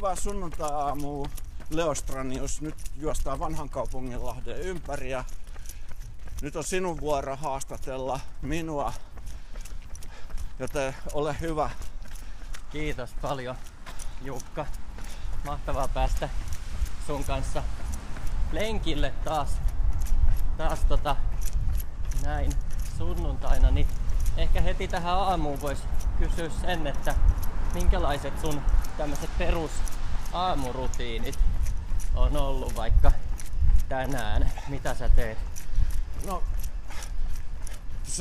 Hyvää sunnuntai-aamua, Leostranius. Nyt juostaan vanhan kaupunginlahden ympäri ja nyt on sinun vuoro haastatella minua, joten ole hyvä. Kiitos paljon, Jukka. Mahtavaa päästä sun kanssa lenkille taas näin sunnuntaina. Niin ehkä heti tähän aamuun vois kysyä sen, että minkälaiset sun tämmöiset perus aamurutiinit on ollut vaikka tänään? Mitä sä teet? No, tässä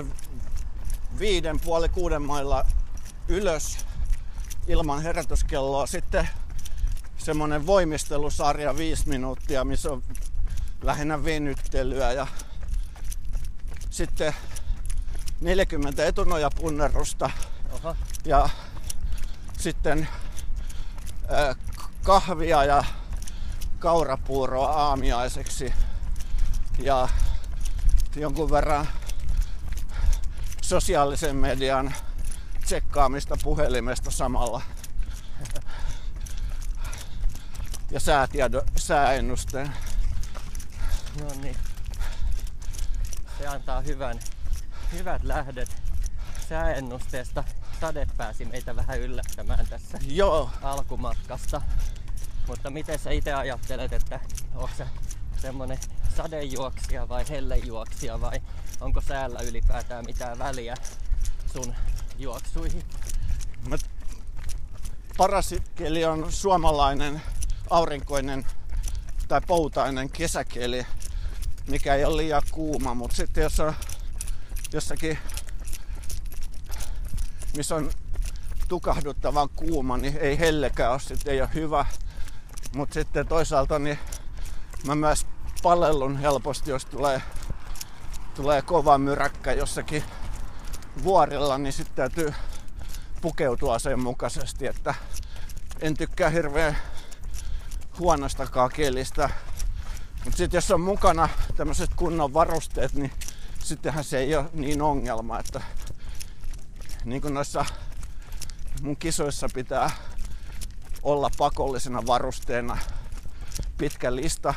5-6 mailla ylös ilman herätyskelloa. Sitten semmonen voimistelusarja 5 minuuttia, missä on lähinnä venyttelyä. Ja sitten 40 etunojapunnerusta. Oho. Ja sitten kahvia ja kaurapuuroa aamiaiseksi ja jonkun verran sosiaalisen median tsekkaamista puhelimesta samalla ja sääennusteen. No niin. Se antaa hyvät lähdet sääennusteesta. Sade pääsi meitä vähän yllättämään tässä alkumatkasta. Mutta miten sä itse ajattelet, että onko sä semmonen sadejuoksija vai hellejuoksija vai onko säällä ylipäätään mitään väliä sun juoksuihin? Paras keli on suomalainen aurinkoinen tai poutainen kesäkeli, mikä ei ole liian kuuma, mutta sitten jos on jossakin, missä on tukahduttavan kuuma, niin ei hellekään ole, sitten ei ole hyvä. Mutta sitten toisaalta niin mä myös palellun helposti, jos tulee kova myräkkä jossakin vuorilla, niin sitten täytyy pukeutua sen mukaisesti, että en tykkää hirveän huonostakaan kelistä. Mutta sitten jos on mukana tämmöiset kunnon varusteet, niin sittenhän se ei ole niin ongelma, että niin kuin noissa mun kisoissa pitää olla pakollisena varusteena pitkä lista,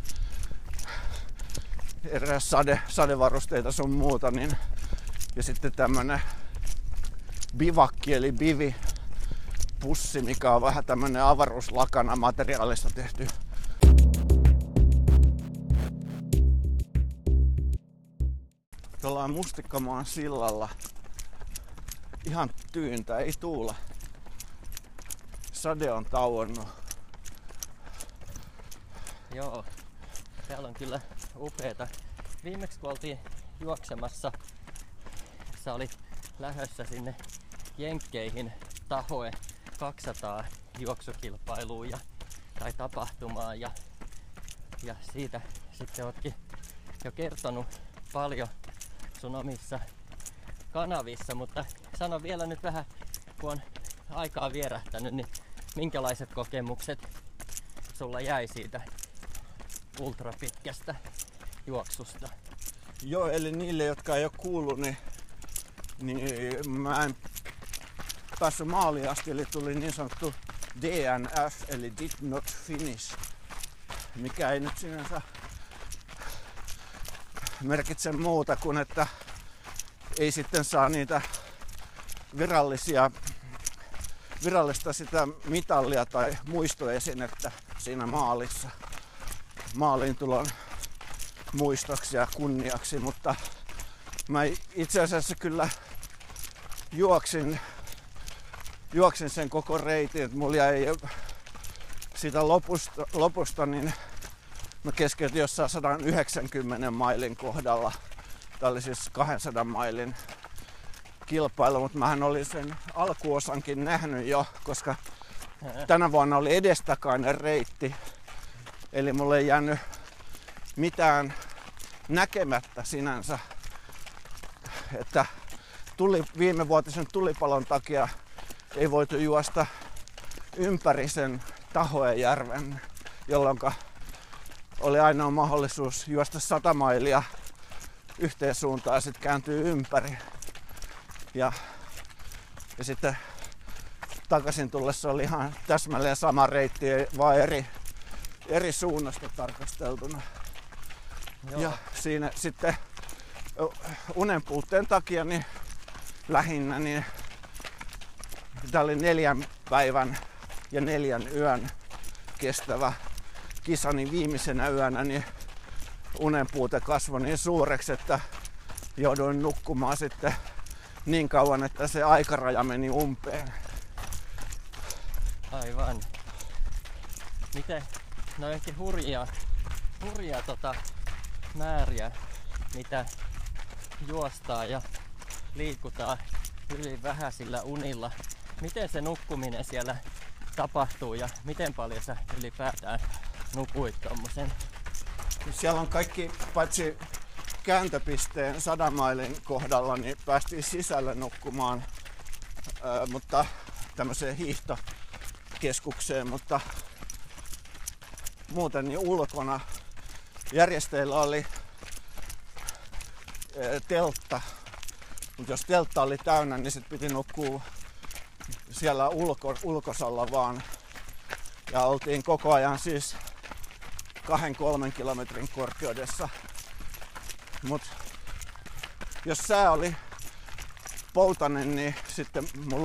eräs sadevarusteita sun muuta, niin, ja sitten tämmönen bivakki eli bivipussi, mikä on vähän tämmönen avaruuslakana materiaalista tehty. Ollaan Mustikkamaan sillalla. Ihan tyyntä, ei tuule. Sade on tauonnut. Joo, täällä on kyllä upeeta. Viimeksi kun oltiin juoksemassa, sä olit lähdössä sinne Jenkkeihin Tahoe 200 juoksukilpailuun tai tapahtumaan ja siitä sitten ootkin jo kertonut paljon sun omissa kanavissa, mutta sano vielä nyt vähän, kun on aikaa vierähtänyt, niin minkälaiset kokemukset sulla jäi siitä ultrapitkästä juoksusta? Joo, eli niille, jotka ei ole kuullut, niin mä en päässyt maaliin asti, eli tuli niin sanottu DNF, eli Did Not Finish, mikä ei nyt sinänsä merkitse muuta kuin, että ei sitten saa niitä virallista sitä mitallia tai muistoesinettä siinä maalissa maaliintulon muistoksi ja kunniaksi, mutta mä itse asiassa kyllä juoksin sen koko reitin, että mulla jäi siitä lopusta niin mä keskeytin jossain 190 mailin kohdalla. Tää oli siis 200 mailin kilpailu, mutta mähän olin sen alkuosankin nähnyt jo, koska tänä vuonna oli edestakainen reitti. Eli mulle ei jäänyt mitään näkemättä sinänsä. Että viimevuotisen tulipalon takia ei voitu juosta ympäri sen Tahoejärven, jolloin oli ainoa mahdollisuus juosta 100 mailia yhteen suuntaan ja sitten kääntyy ympäri. Ja sitten takaisin tullessa oli ihan täsmälleen sama reitti, vaan eri suunnasta tarkasteltuna. Joo. Ja siinä sitten unen puutteen takia niin lähinnä niin tämä oli 4 päivän ja 4 yön kestävä kisa, niin viimeisenä yönä niin unen puute kasvoi niin suureksi, että jouduin nukkumaan sitten niin kauan, että se aikaraja meni umpeen. Aivan. Miten? No ehkä hurjia määriä, mitä juostaan ja liikutaan hyvin vähäisillä unilla. Miten se nukkuminen siellä tapahtuu ja miten paljon sä ylipäätään nukuit tommosen? Siellä on kaikki, paitsi kääntöpisteen 100 mailin kohdalla, niin päästiin sisälle nukkumaan, mutta tämmöiseen hiihtokeskukseen, mutta muuten niin ulkona järjestäjillä oli teltta, mutta jos teltta oli täynnä, niin sit piti nukkua siellä ulkosalla vaan. Ja oltiin koko ajan siis 2-3 kilometrin korkeudessa. Mut jos sää oli poutainen, niin sitten mulla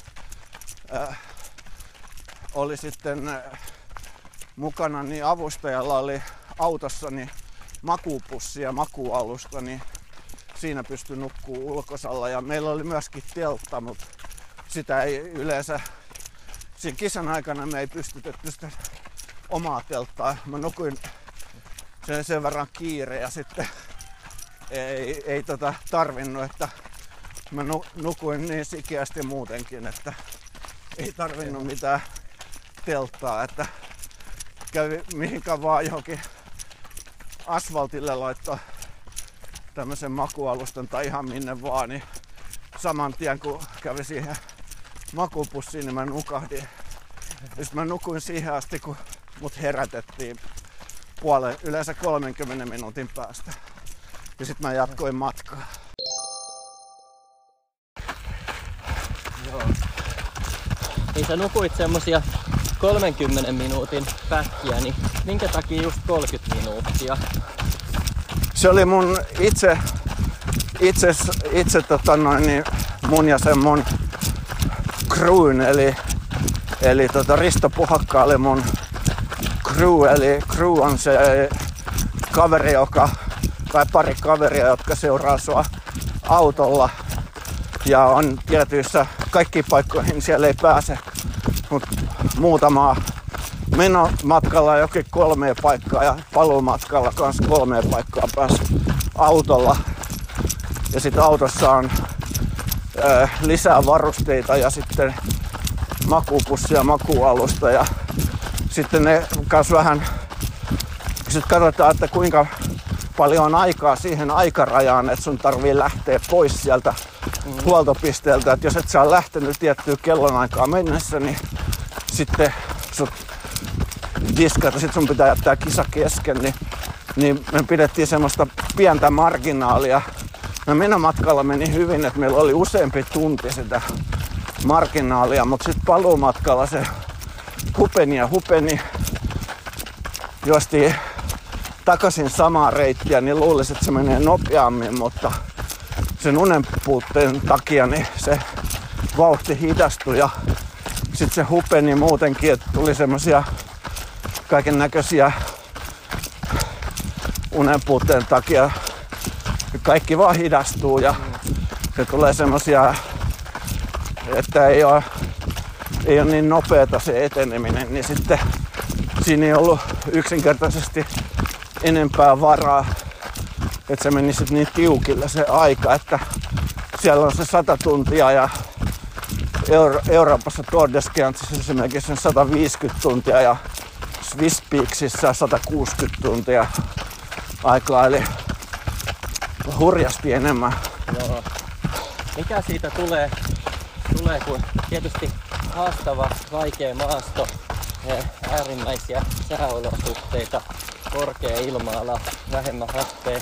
oli sitten mukana, niin avustajalla oli autossani makuupussi ja makuualusta, niin siinä pystyi nukkuu ulkosalla. Ja meillä oli myöskin teltta, mutta sitä ei yleensä, siinä kisan aikana me ei pystytetty sitä omaa telttaa. Mä nukuin sen verran kiire ja sitten ei tarvinnut, että mä nukuin niin sikeästi muutenkin, että ei tarvinnut mitään telttaa, että kävi mihinkään vaan johonkin asfaltille laittoi tämmöisen makualustan tai ihan minne vaan, niin saman tien kun kävi siihen makuupussiin, niin mä nukahdin. Ja sit mä nukuin siihen asti, kun mut herätettiin yleensä 30 minuutin päästä. Ja sit mä jatkoin matkaa. Joo. Niin sä nukuit semmosia 30 minuutin pätkiä, niin minkä takia just 30 minuuttia? Se oli mun itse mun ja sen mun crewn, eli Risto Puhakka oli mun crew, eli crew on se kaveri, tai pari kaveria, jotka seuraa sua autolla ja on tietyissä kaikkiin paikkoihin siellä ei pääse, mutta muutamaa menomatkalla jokin 3 paikkaa ja paluumatkalla kans 3 paikkaa pääsi autolla. Ja sitten autossa on lisää varusteita ja sitten makuupussi ja makuualusta ja sitten ne kans vähän, sit katsotaan, että kuinka paljon on aikaa siihen aikarajaan, että sun tarvii lähteä pois sieltä huoltopisteeltä, että jos et sä ole lähtenyt tiettyä kellonaikaa mennessä, niin sitten sut diskata, sit sun pitää jättää kisa kesken, niin me pidettiin semmoista pientä marginaalia. Menomatkalla meni hyvin, että meillä oli useampi tunti sitä marginaalia, mutta sitten paluumatkalla se hupeni. Juostiin takaisin samaa reittiä, niin luulisin, että se menee nopeammin, mutta sen unen puutteen takia niin se vauhti hidastui ja sitten se hupeni muutenkin, että tuli semmosia kaiken näköisiä unen puutteen takia. Kaikki vaan hidastuu ja se tulee semmosia, että ei ole niin nopeata se eteneminen, niin sitten siinä ei ollut yksinkertaisesti enempää varaa, että se meni sitten niin tiukille se aika, että siellä on se 100 tuntia ja Euroopassa Tour de Skiantsissa esimerkiksi on 150 tuntia ja Swiss Peaksissä 160 tuntia aikaa, eli hurjasti enemmän. Joo. Mikä siitä tulee kun tietysti haastava, vaikea maasto, äärimmäisiä sääolosuhteita, korkea ilma-ala, vähemmän happea.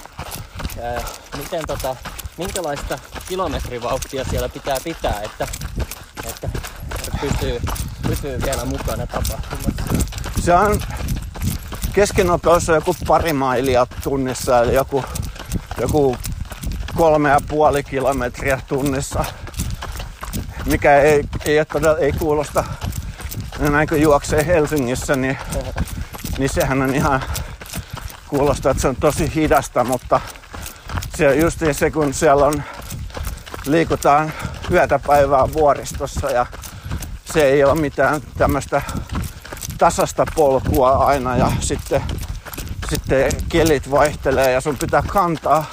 Minkälaista kilometrivauhtia siellä pitää, että pysyy vielä mukana tapahtumassa? Se on keskinopeus on joku 2 mailia tunnissa, eli joku 3,5 kilometriä tunnissa, mikä ei kuulosta, näin kun juoksee Helsingissä, niin sehän on ihan, kuulostaa, että se on tosi hidasta, mutta se on just se, kun siellä liikutaan yötä päivää vuoristossa ja se ei ole mitään tämmöistä tasasta polkua aina ja sitten kelit vaihtelee ja sun pitää kantaa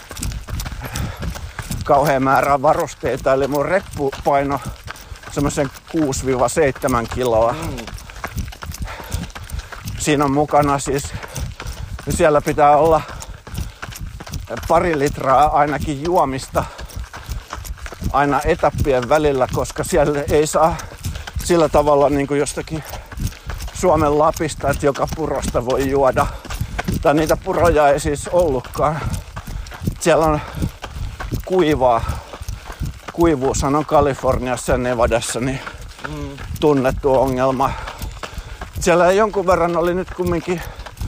kauhean määrä varusteita, eli mun reppu paino semmoisen 6-7 kiloa. Siinä on mukana siis, siellä pitää olla 2 litraa ainakin juomista aina etappien välillä, koska siellä ei saa sillä tavalla niin kuin jostakin Suomen Lapista, että joka purosta voi juoda. Tai niitä puroja ei siis ollutkaan. Siellä on kuivuushan on Kaliforniassa ja Nevadassa niin tunnettu ongelma. Siellä jonkun verran oli nyt kumminkin,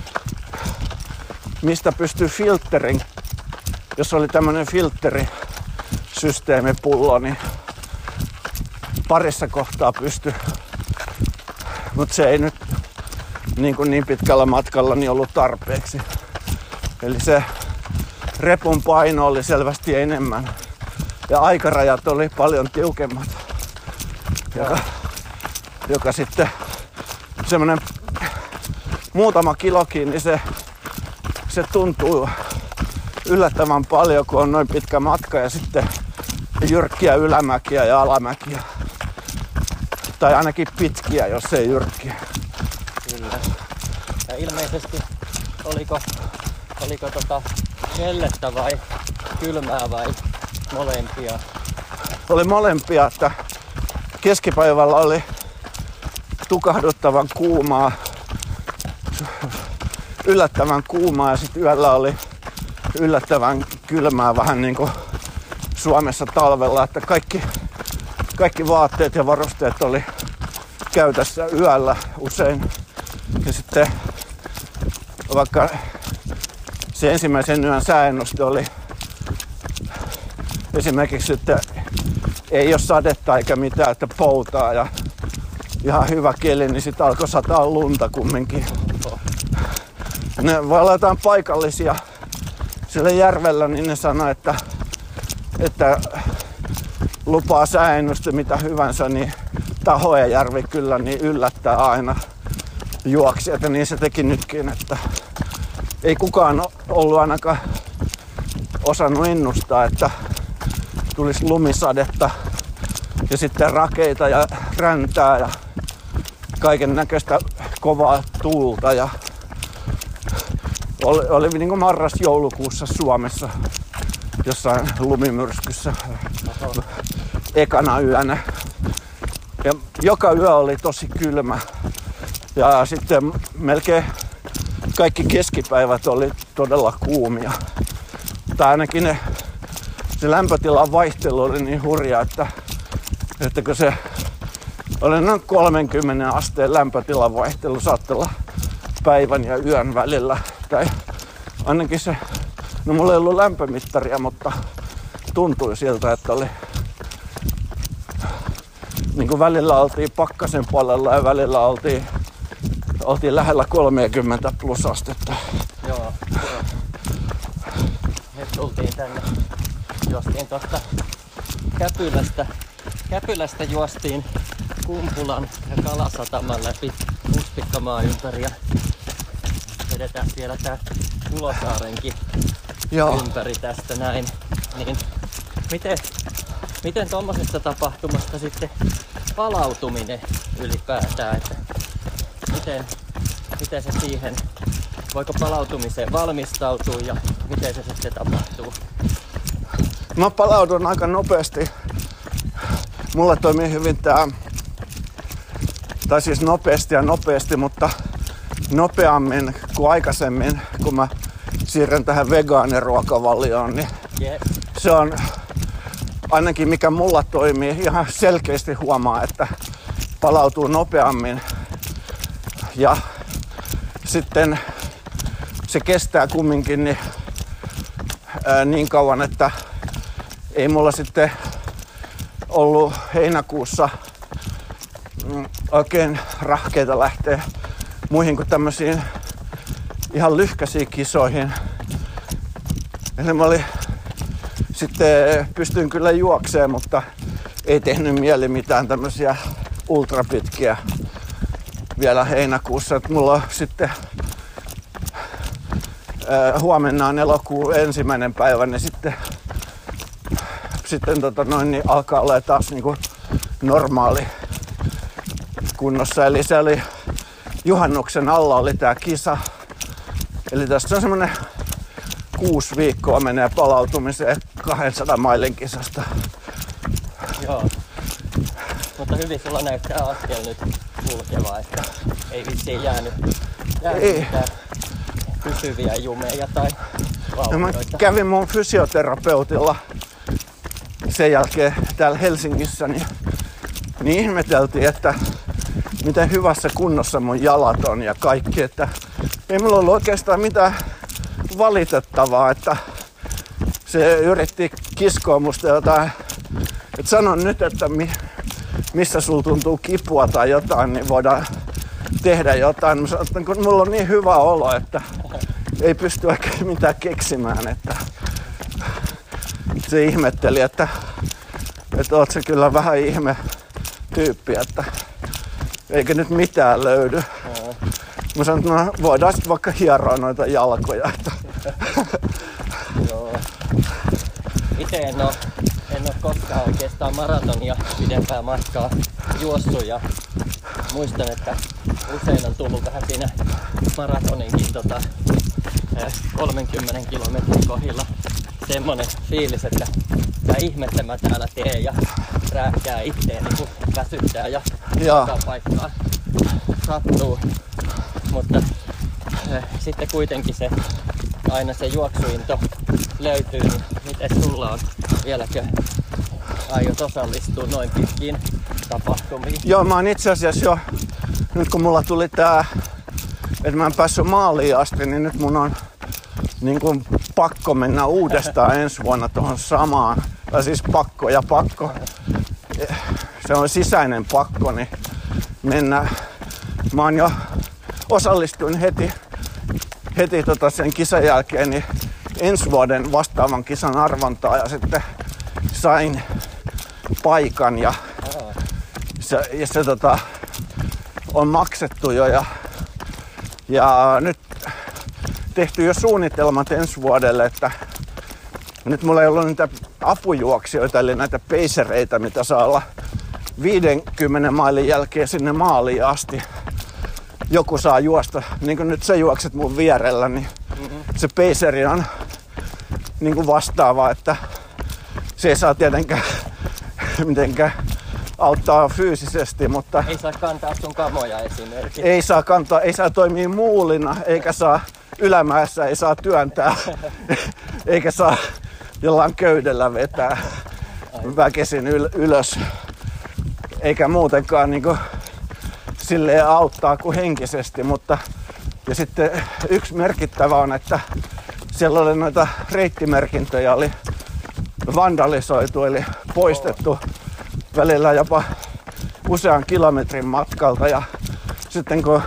mistä pystyy filterin, jos oli tämmönen filterisysteemipullo, niin parissa kohtaa pystyi. Mutta se ei nyt niin pitkällä matkalla niin ollut tarpeeksi. Eli se repun paino oli selvästi enemmän. Ja aikarajat oli paljon tiukemmat. Joka sitten semmonen muutama kilokin, niin se tuntuu yllättävän paljon, kun on noin pitkä matka ja sitten jyrkkiä ylämäkiä ja alamäkiä. Tai ainakin pitkiä, jos ei jyrkkiä. Kyllä. Ja ilmeisesti oliko hellettä vai kylmää vai molempia? Oli molempia, että keskipäivällä oli tukahduttavan kuumaa, yllättävän kuumaa ja sitten yöllä oli yllättävän kylmää, vähän niin kuin Suomessa talvella, että kaikki vaatteet ja varusteet oli käytössä yöllä usein. Ja sitten vaikka se ensimmäisen yön sääennuste oli esimerkiksi, että ei ole sadetta eikä mitään, että poutaa ja ihan hyvä keli, niin sitten alkoi sataa lunta kumminkin. Ne valataan paikallisia sillä järvellä, niin ne sanoi, että lupaa sääennuste mitä hyvänsä, niin Tahojärvi kyllä niin yllättää aina juoksijat. Ja niin se teki nytkin, että ei kukaan ollut ainakaan osannut ennustaa, että tulisi lumisadetta ja sitten rakeita ja räntää ja kaiken näköistä kovaa tuulta. Ja oli niin kuin marras-joulukuussa Suomessa jossain lumimyrskyssä ekana yönä. Ja joka yö oli tosi kylmä. Ja sitten melkein kaikki keskipäivät oli todella kuumia. Tai ainakin se lämpötilan vaihtelu oli niin hurja, että kun se oli noin 30 asteen lämpötilan vaihtelu, saattoi olla päivän ja yön välillä. Tai ainakin se, no mulla ei ollut lämpömittaria, mutta tuntui siltä, että oli niin kuin välillä oltiin pakkasen puolella ja välillä oltiin lähellä 30 plus astetta. Joo. Me tultiin tänne, juostiin tuosta Käpylästä juostiin Kumpulan ja Kalasataman läpi Muspikkamaan ympäri ja vedetään vielä tää Kulosaarenkin ympäri tästä näin. Niin miten tommosesta tapahtumasta sitten palautuminen ylipäätään, että miten se siihen, voiko palautumiseen valmistautua ja miten se sitten tapahtuu? Mä palaudun aika nopeasti. Mulla toimii hyvin tai siis nopeasti, mutta nopeammin kuin aikaisemmin, kun mä siirryn tähän vegaaniruokavalioon, niin se on ainakin mikä mulla toimii. Ihan selkeästi huomaa, että palautuu nopeammin. Ja sitten se kestää kumminkin niin kauan, että ei mulla sitten ollut heinäkuussa oikein rahkeita lähteä muihin kuin tämmöisiin ihan lyhkäisiin kisoihin. Eli mä sitten pystyin kyllä juokseen, mutta ei tehnyt mieli mitään tämmöisiä ultrapitkiä vielä heinäkuussa. Et mulla on sitten huomenna on elokuun 1. päivä, niin sitten niin alkaa olla taas niinku normaali kunnossa. Eli se oli juhannuksen alla oli tää kisa. Eli tästä on semmonen 6 viikkoa menee palautumiseen 200 mailin kisasta. Joo. Mutta hyvin sulla näyttää askel nyt kulkevaa, että ei vissiin jäänyt mitään pysyviä jumeja tai vaurioita. Mä kävin mun fysioterapeutilla sen jälkeen täällä Helsingissä, niin ihmeteltiin, että miten hyvässä kunnossa mun jalat on ja kaikki, että ei mulla ollut oikeastaan mitään valitettavaa, että se yritti kiskoa musta jotain, että sanon nyt, että missä sulla tuntuu kipua tai jotain, niin voidaan tehdä jotain. Mä sanon, että kun mulla on niin hyvä olo, että ei pysty oikein mitään keksimään, että se ihmetteli, että oot se kyllä vähän ihme tyyppi, että eikä nyt mitään löydy. Mä sanon, että no, voidaan sitten vaikka hieroa noita jalkoja. Joo. Itse en oo koskaan oikeastaan maratonia pidempää matkaa juossut ja muistan, että usein on tullut vähän siinä maratoninkin 30 kilometrin kohdilla semmonen fiilis, että mitä ihmettä mä täällä teen ja rääkkää itteeni, kun väsyttää ja joka paikkaa sattuu. Mutta sitten kuitenkin aina se juoksuinto löytyy, niin miten sulla on? Vieläkö aiot osallistua noin pitkiin tapahtumiin? Joo, mä oon itse asiassa jo, nyt kun mulla tuli tää, että mä en päässyt maaliin asti, niin nyt mun on niin kuin pakko mennä uudestaan ensi vuonna tuohon samaan. Tai siis pakko. Se on sisäinen pakko, niin mennä. Mä oon jo osallistuin heti sen kisan jälkeen niin ensi vuoden vastaavan kisan arvontaa ja sitten sain paikan ja se on maksettu jo ja nyt tehty jo suunnitelmat ensi vuodelle, että nyt mulla ei ollut niitä apujuoksijoita eli näitä pacereita, mitä saa olla 50 mailin jälkeen sinne maaliin asti. Joku saa juosta, niin kuin nyt sä juokset mun vierellä, niin se paceri on niin kuin vastaava, että se ei saa tietenkään mitenkään auttaa fyysisesti, mutta ei saa kantaa sun kamoja esimerkiksi. Ei saa kantaa, ei saa toimia muulina, eikä saa ylämäessä, ei saa työntää, eikä saa jollain köydellä vetää väkisin ylös, eikä muutenkaan niin kuin silleen auttaa kuin henkisesti, mutta ja sitten yksi merkittävä on, että siellä oli noita reittimerkintöjä oli vandalisoitu eli poistettu välillä jopa usean kilometrin matkalta ja sitten kun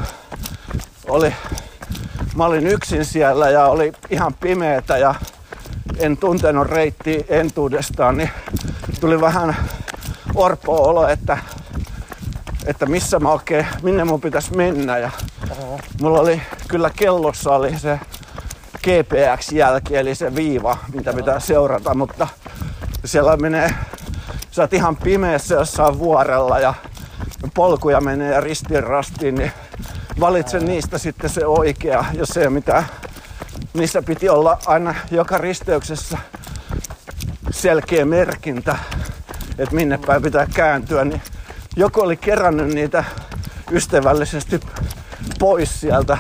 mä olin yksin siellä ja oli ihan pimeätä ja en tuntenut reittiä entuudestaan, niin tuli vähän orpo-olo, että missä mä oikein, minne mun pitäisi mennä ja mulla oli kyllä kellossa oli se GPX-jälki eli se viiva, mitä pitää seurata, mutta siellä sä oot ihan pimeässä jossain vuorella ja polkuja menee ristiin rastiin, niin valitse niistä sitten se oikea, jos ei ole mitään. Niissä piti olla aina joka risteyksessä selkeä merkintä, että minne päin pitää kääntyä, niin joku oli kerännyt niitä ystävällisesti pois sieltä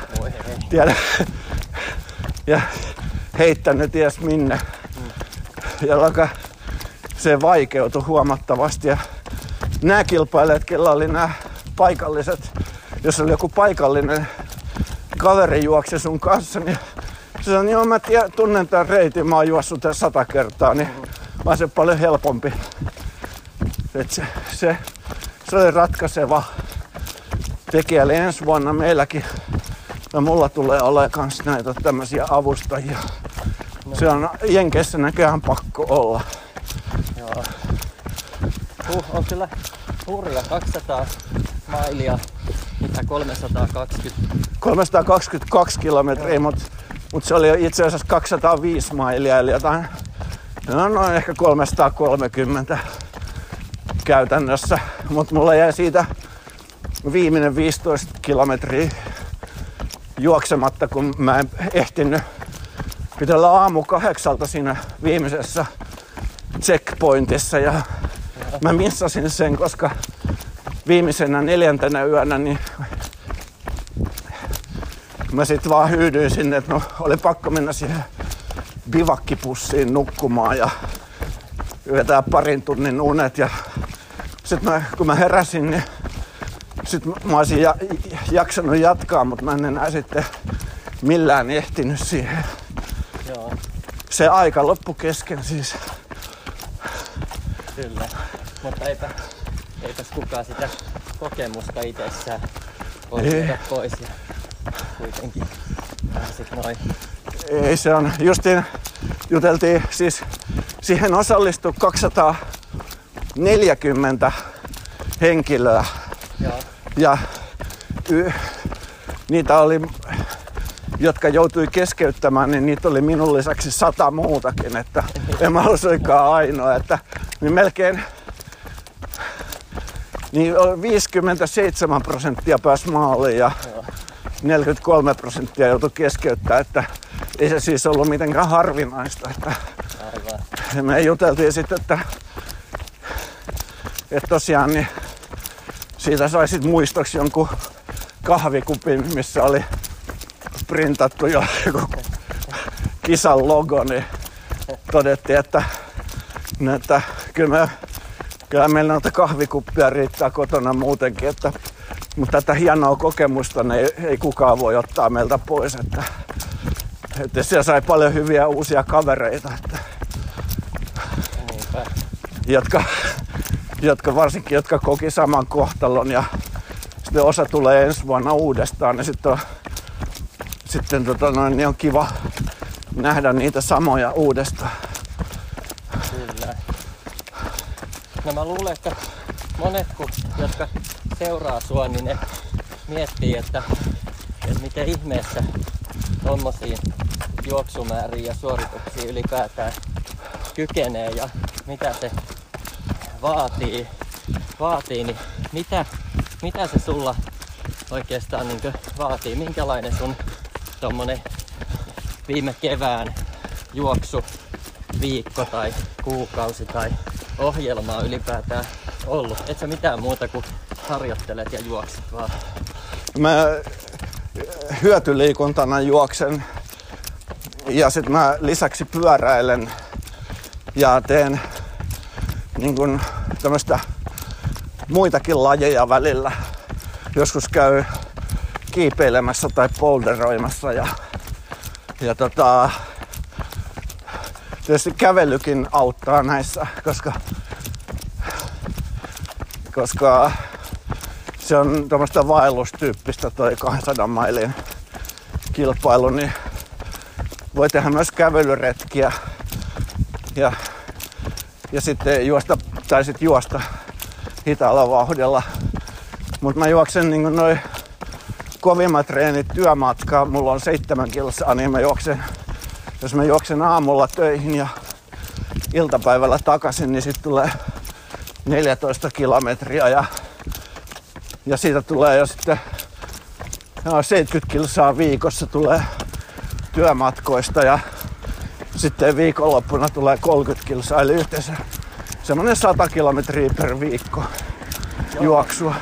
ja heittänyt ties minne, jolloin se vaikeutui huomattavasti. Ja nämä kilpailijat, kellä oli nämä paikalliset, jos oli joku paikallinen kaveri juokse sun kanssa, niin se sanoi, joo mä tunnen tämän reitin, mä oon juossut tämän 100 kertaa, niin vaan se paljon helpompi. Et se oli ratkaiseva tekijä. Eli ensi vuonna meilläkin ja mulla tulee olemaan kans näitä tämmöisiä avustajia. No. Se on Jenkeissä näköjään pakko olla. Joo. On kyllä hurja 200 mailia, mitä 322 kilometriä, mutta se oli itse asiassa 205 mailia, eli jotain, noin ehkä 330 käytännössä. Mutta mulla jäi siitä viimeinen 15 kilometriä juoksematta, kun mä en ehtinyt. Pitää olla aamu 8 siinä viimeisessä checkpointissa ja mä missasin sen, koska viimeisenä 4. yönä niin mä sit vaan hyydyin sinne, että no oli pakko mennä siihen bivakkipussiin nukkumaan ja vetää parin tunnin unet ja sit kun mä heräsin, niin sit mä olisin jaksanut jatkaa, mutta mä en enää sitten millään ehtinyt siihen. Joo. Se aika loppu kesken siis. Kyllä, mutta eipäs kukaan sitä kokemusta itsessään voi tehdä pois ja kuitenkin pääsit noin. Ei, se on justiin, juteltiin, siis siihen osallistui 240 henkilöä. Joo. Ja niitä oli, jotka joutui keskeyttämään, niin niitä oli minun lisäksi 100 muutakin, että en mä ollut suinkaan ainoa, että niin melkein niin 57% pääsi maaliin ja 43% joutui keskeyttämään, että ei se siis ollut mitenkään harvinaista. Että me juteltiin sitten, että tosiaan niin siitä sai sit muistoksi jonkun kahvikupin, missä oli printattu joku kisan logo, niin todettiin, että kyllä meillä noita kahvikuppia riittää kotona muutenkin, mutta tätä hienoa kokemusta ei kukaan voi ottaa meiltä pois, että siellä sai paljon hyviä uusia kavereita, jotka varsinkin koki saman kohtalon ja sitten osa tulee ensi vuonna uudestaan, niin sitten niin on kiva nähdä niitä samoja uudestaan. Kyllä. No mä luulen, että monet, jotka seuraa sua, niin ne miettii, että miten ihmeessä tommosiin juoksumääriin ja suorituksiin ylipäätään kykenee ja mitä se vaatii, niin mitä se sulla oikeastaan niin vaatii? Minkälainen sun tommonen viime kevään juoksuviikko tai kuukausi tai ohjelma on ylipäätään ollut? Et sä mitään muuta kuin harjoittelet ja juokset vaan? Mä hyötyliikuntana juoksen ja sit mä lisäksi pyöräilen ja teen niin kun tämmöstä muitakin lajeja välillä. Joskus käy kiipeilemässä tai boulderoimassa ja tietysti kävelykin auttaa näissä, koska se on tämmöistä vaellustyyppistä toi 200 mailin kilpailu, niin voi tehdä myös kävelyretkiä ja sitten juosta hitaalla vauhdilla. Mutta mä juoksen niin noin kovimmat treenit työmatkaa. Mulla on 7 kilsaa, niin jos mä juoksen aamulla töihin ja iltapäivällä takaisin, niin sit tulee 14 kilometriä ja siitä tulee jo sitten 70 kilsaa viikossa tulee työmatkoista ja sitten viikonloppuna tulee 30 kilsaa, eli yhteensä semmonen 100 kilometriä per viikko juoksua.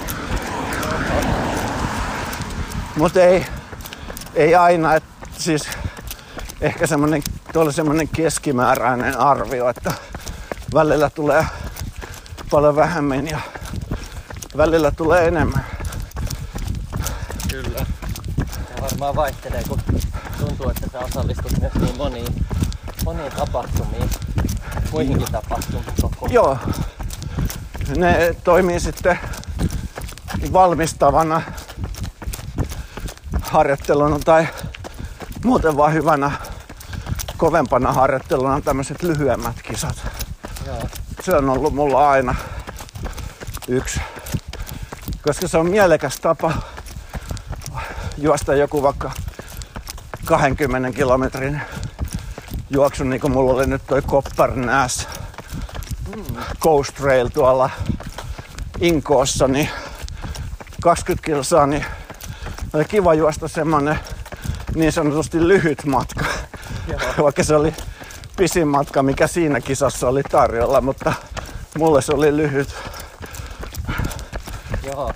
Mut ei aina, että siis ehkä semmonen keskimääräinen arvio, että välillä tulee paljon vähemmän ja välillä tulee enemmän. Kyllä. Ja varmaan vaihtelee, kun tuntuu, että sä osallistut myös niin moniin tapahtumiin, muihinkin tapahtumiin koko. Joo. Ne toimii sitten valmistavana harjoitteluna tai muuten vaan hyvänä kovempana harjoitteluna tämmöiset lyhyemmät kisat. Joo. Se on ollut mulla aina yksi. Koska se on mielekäs tapa juosta joku vaikka 20 kilometrin juoksu, niin kuin mulla oli nyt toi Koppernäs Coast Trail tuolla Inkoossa, niin 20 kilsaa, niin oli kiva juosta semmonen niin sanotusti lyhyt matka. Joo. Vaikka se oli pisin matka, mikä siinä kisassa oli tarjolla, mutta mulle se oli lyhyt. Joo.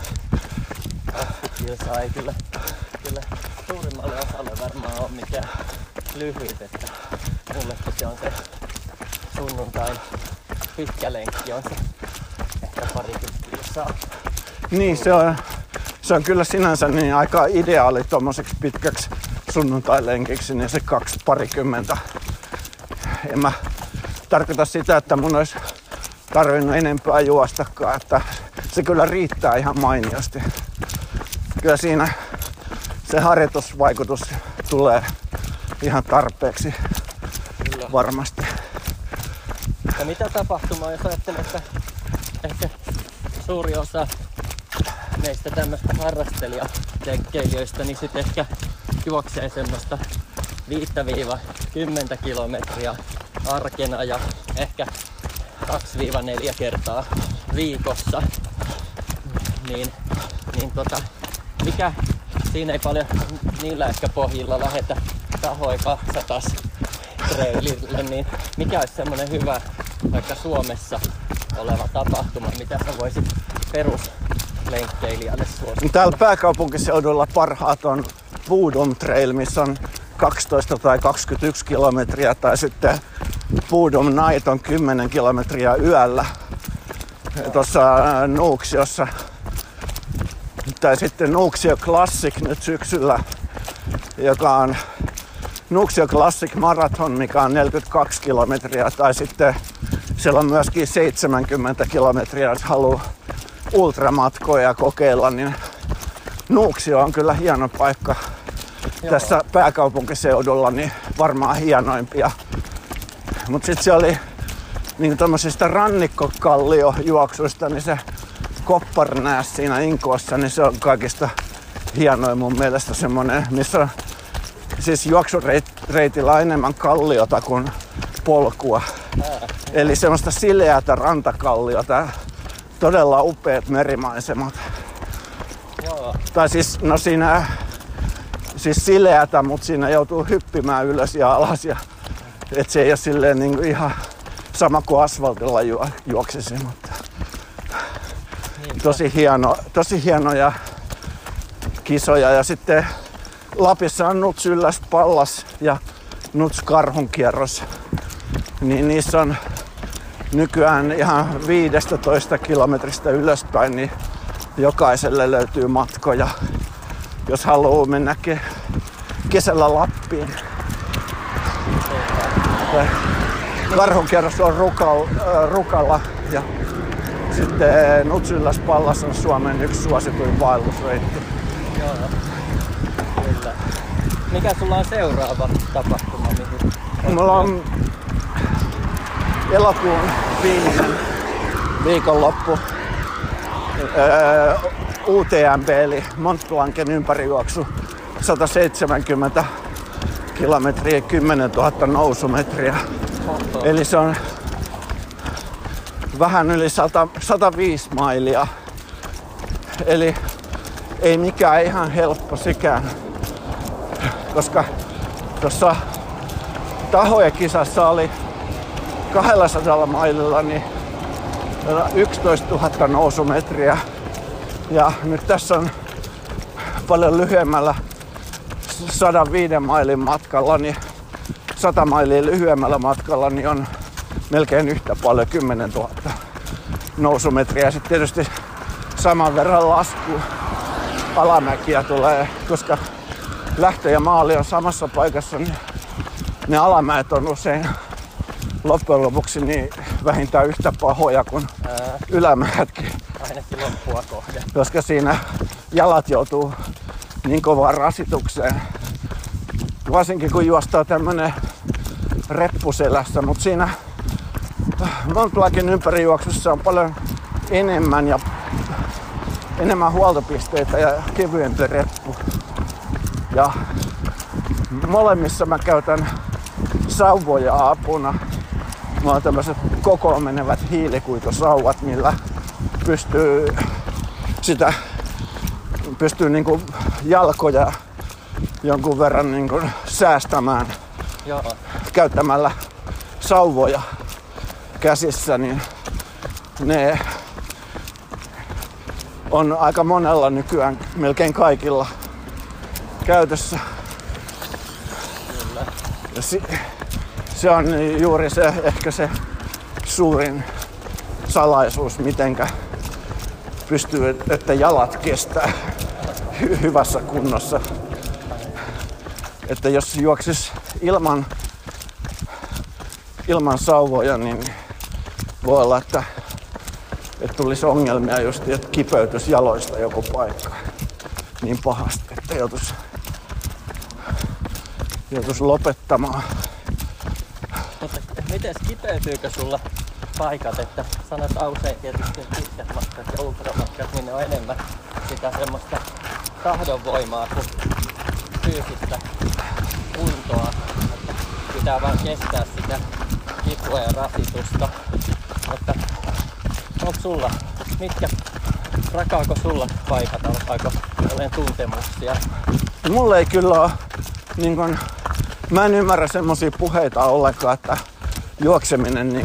20 kilsaa ei kyllä suurimmalle osalle varmaan ole mikään lyhyt, että mullekin se on se sunnuntain pitkä lenkki, on se ehkä 20 kilsaa. Niin, se on kyllä sinänsä niin aika ideaali tommoseksi pitkäksi sunnuntai-lenkiksi, niin se 20. En mä tarkoita sitä, että mun olisi tarvinnut enempää juostakaan, että se kyllä riittää ihan mainiosti. Kyllä siinä se harjoitusvaikutus tulee ihan tarpeeksi. Kyllä. Varmasti. Ja mitä tapahtumaa, jos ajattelee, että ehkä suuri osa meistä tämmöistä harrastelijatenkkeilijöistä, niin sitten ehkä juoksee semmoista 5-10 kilometriä arkena ja ehkä 2-4 kertaa viikossa. Niin mikä siinä ei paljon niillä ehkä pohjilla lähetä tahoja 200 trailille, niin mikä olisi semmoinen hyvä vaikka Suomessa oleva tapahtuma, mitä sä voisit peruslenkkeilijälle suosittaa? Täällä pääkaupunkiseudulla parhaat on Boodum Trail, missä on 12 tai 21 kilometriä, tai sitten Boodum Night on 10 kilometriä yöllä tuossa Nuuksiossa. Tai sitten Nuuksio Classic nyt syksyllä, joka on Nuuksio Classic Marathon, mikä on 42 kilometriä. Tai sitten siellä on myöskin 70 kilometriä, jos haluaa ultramatkoja kokeilla, niin Nuuksio on kyllä hieno paikka. Joo. Tässä pääkaupunkiseudulla, niin varmaan hienoimpia. Mutta sitten se oli niin tommosista rannikkokalliojuoksuista, niin se Koppernäs siinä Inkoossa, niin se on kaikista hienoin mun mielestä semmonen, missä on siis juoksureitillä enemmän kalliota kuin polkua. Eli semmoista sileätä rantakalliota, todella upeat merimaisemat. Joo. Tai siis, no siinä siis sileätä, mutta siinä joutuu hyppimään ylös ja alas. Ja, et se ei ole silleen niin kuin ihan sama kuin asfaltilla juoksisi, mutta tosi hienoja kisoja. Ja sitten Lapissa on Nuts Ylläs Pallas ja Nuts Karhunkierros. Niin niissä on nykyään ihan 15 kilometristä ylöspäin, niin jokaiselle löytyy matkoja, jos haluaa mennä kesällä Lappiin. Karhunkierros on Rukalla ja sitten Nuts Ylläs Pallas on Suomen yksi suosituin vaellusreitti. Joo, kyllä. Mikä sulla on seuraava tapahtuma? Mulla on elokuun viimeinen viikonloppu UTMB eli Mont Blancin ympärijuoksu 170 kilometriä, 10 000 nousumetriä. Eli se on vähän yli 105 mailia. Eli ei mikään ihan helppo sekään. Koska tuossa tahojen kisassa oli 200 maililla niin 11 000 nousumetriä. Ja nyt tässä on paljon lyhyemmällä 105 mailin matkalla, niin 100 mailia lyhyemmällä matkalla niin on melkein yhtä paljon, 10 000 nousumetriä. Sitten tietysti saman verran alamäkiä tulee, koska lähtö ja maali on samassa paikassa, niin ne alamäet on usein loppujen lopuksi niin vähintään yhtä pahoja kuin ylämäetkin. Ainakin loppua kohden. Koska siinä jalat joutuu niin kovaan rasitukseen. Varsinkin kun juostaa tämmönen reppu selässä, mutta siinä Mont-Blancin ympärijuoksussa on paljon enemmän huoltopisteitä ja kevyempi reppu. Ja molemmissa mä käytän sauvoja apuna. Mulla on tämmöiset kokoon menevät hiilikuitusauvat, millä pystyy niinku jalkoja jonkun verran niinku säästämään. Joo. Käyttämällä sauvoja käsissä, niin ne on aika monella nykyään, melkein kaikilla käytössä. Kyllä. Ja se on juuri ehkä se suurin salaisuus, mitenkä pystyy, että jalat kestää hyvässä kunnossa. Että jos juoksis ilman sauvoja, niin voi olla, että tulisi ongelmia just, että kipeytys jaloista joku paikka niin pahasti, että joutuisi lopettamaan. Mutta miten kipeytyykö sulla paikat, että sanot usein tietysti pitkät matkat ja ultramatkat, niin ne on enemmän sitä semmoista tahdonvoimaa kuin fyysistä kuntoa, että pitää vaan kestää sitä kipua ja rasitusta. Mutta onko sulla, rakaako sulla paikat, alkaako olemaan tuntemuksia? Mulla ei kyllä ole, mä en ymmärrä semmosia puheita ollenkaan, että juokseminen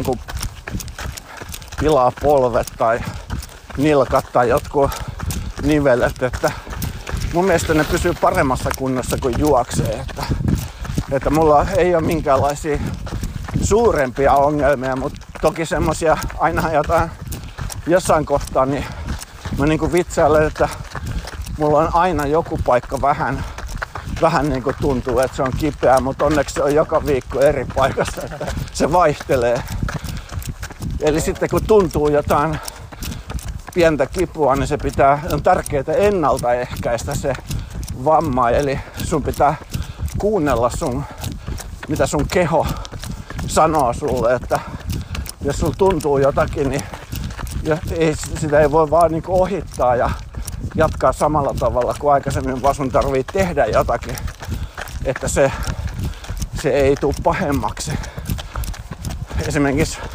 pilaa polvet tai nilkat tai jotkut nivelet, että mun mielestä ne pysyy paremmassa kunnossa kuin juoksee, että mulla ei ole minkäänlaisia suurempia ongelmia, mutta toki semmosia aina jossain kohtaa, niin mä vitsailen, että mulla on aina joku paikka vähän tuntuu, että se on kipeä, mutta onneksi se on joka viikko eri paikassa, että se vaihtelee. Eli sitten kun tuntuu jotain pientä kipua, niin on tärkeää ennaltaehkäistä se vamma. Eli sun pitää kuunnella mitä sun keho sanoo sulle, että jos sulla tuntuu jotakin, niin sitä ei voi vaan ohittaa ja jatkaa samalla tavalla kuin aikaisemmin, vaan sun tarvii tehdä jotakin, että se ei tule pahemmaksi. Esimerkiksi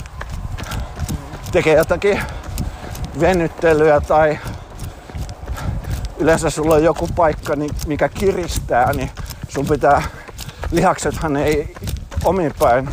tekee jotakin venyttelyä tai yleensä sulla on joku paikka, mikä kiristää, niin sun pitää, lihaksethan ei omin päin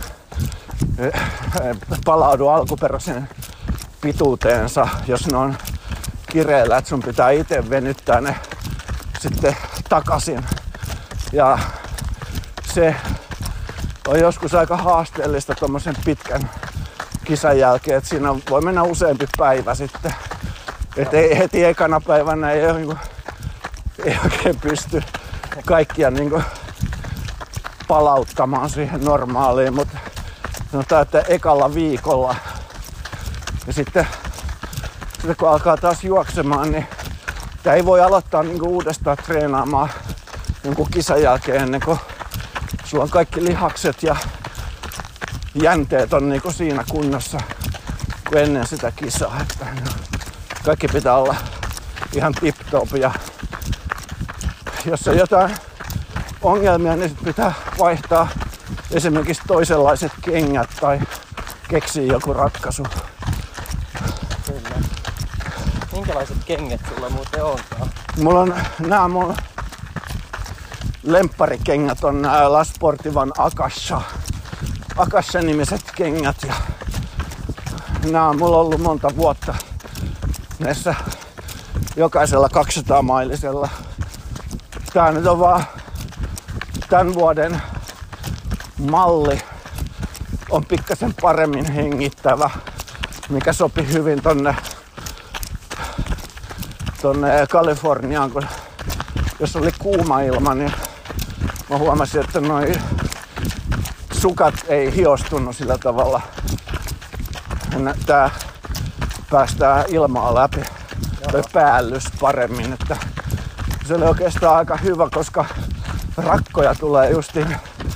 palaudu alkuperäisen pituuteensa, jos ne on kireellä, että sun pitää itse venyttää ne sitten takaisin. Ja se on joskus aika haasteellista tommosen pitkän kisan jälkeen, että siinä voi mennä useampi päivä sitten. Että heti ekana päivänä ei oikein pysty kaikkia palauttamaan siihen normaaliin, mutta sanotaan, että ekalla viikolla ja sitten kun alkaa taas juoksemaan, niin tää ei voi aloittaa uudestaan treenaamaan jonkun kisan jälkeen ennen kuin sulla on kaikki lihakset ja jänteet on siinä kunnossa kuin ennen sitä kisaa. Että kaikki pitää olla ihan tip-top ja jos on jotain ongelmia, niin sit pitää vaihtaa esimerkiksi toisenlaiset kengät tai keksiä joku ratkaisu. Kyllä. Minkälaiset kengät sulla muuten onkaan? Mulla on nämä mun lempparikengät on nämä La Sportivan Akasha-nimiset kengät ja nämä on mulla ollut monta vuotta näissä jokaisella 200-mailisella. Tää nyt on vaan tämän vuoden malli, on pikkasen paremmin hengittävä, mikä sopi hyvin tonne tonne Kaliforniaan, kun jos oli kuuma ilma, niin mä huomasin, että noi sukat ei hiostunut sillä tavalla. Tää päästää ilmaa läpi, toi päällys paremmin. Että se oli oikeastaan aika hyvä, koska rakkoja tulee justiin,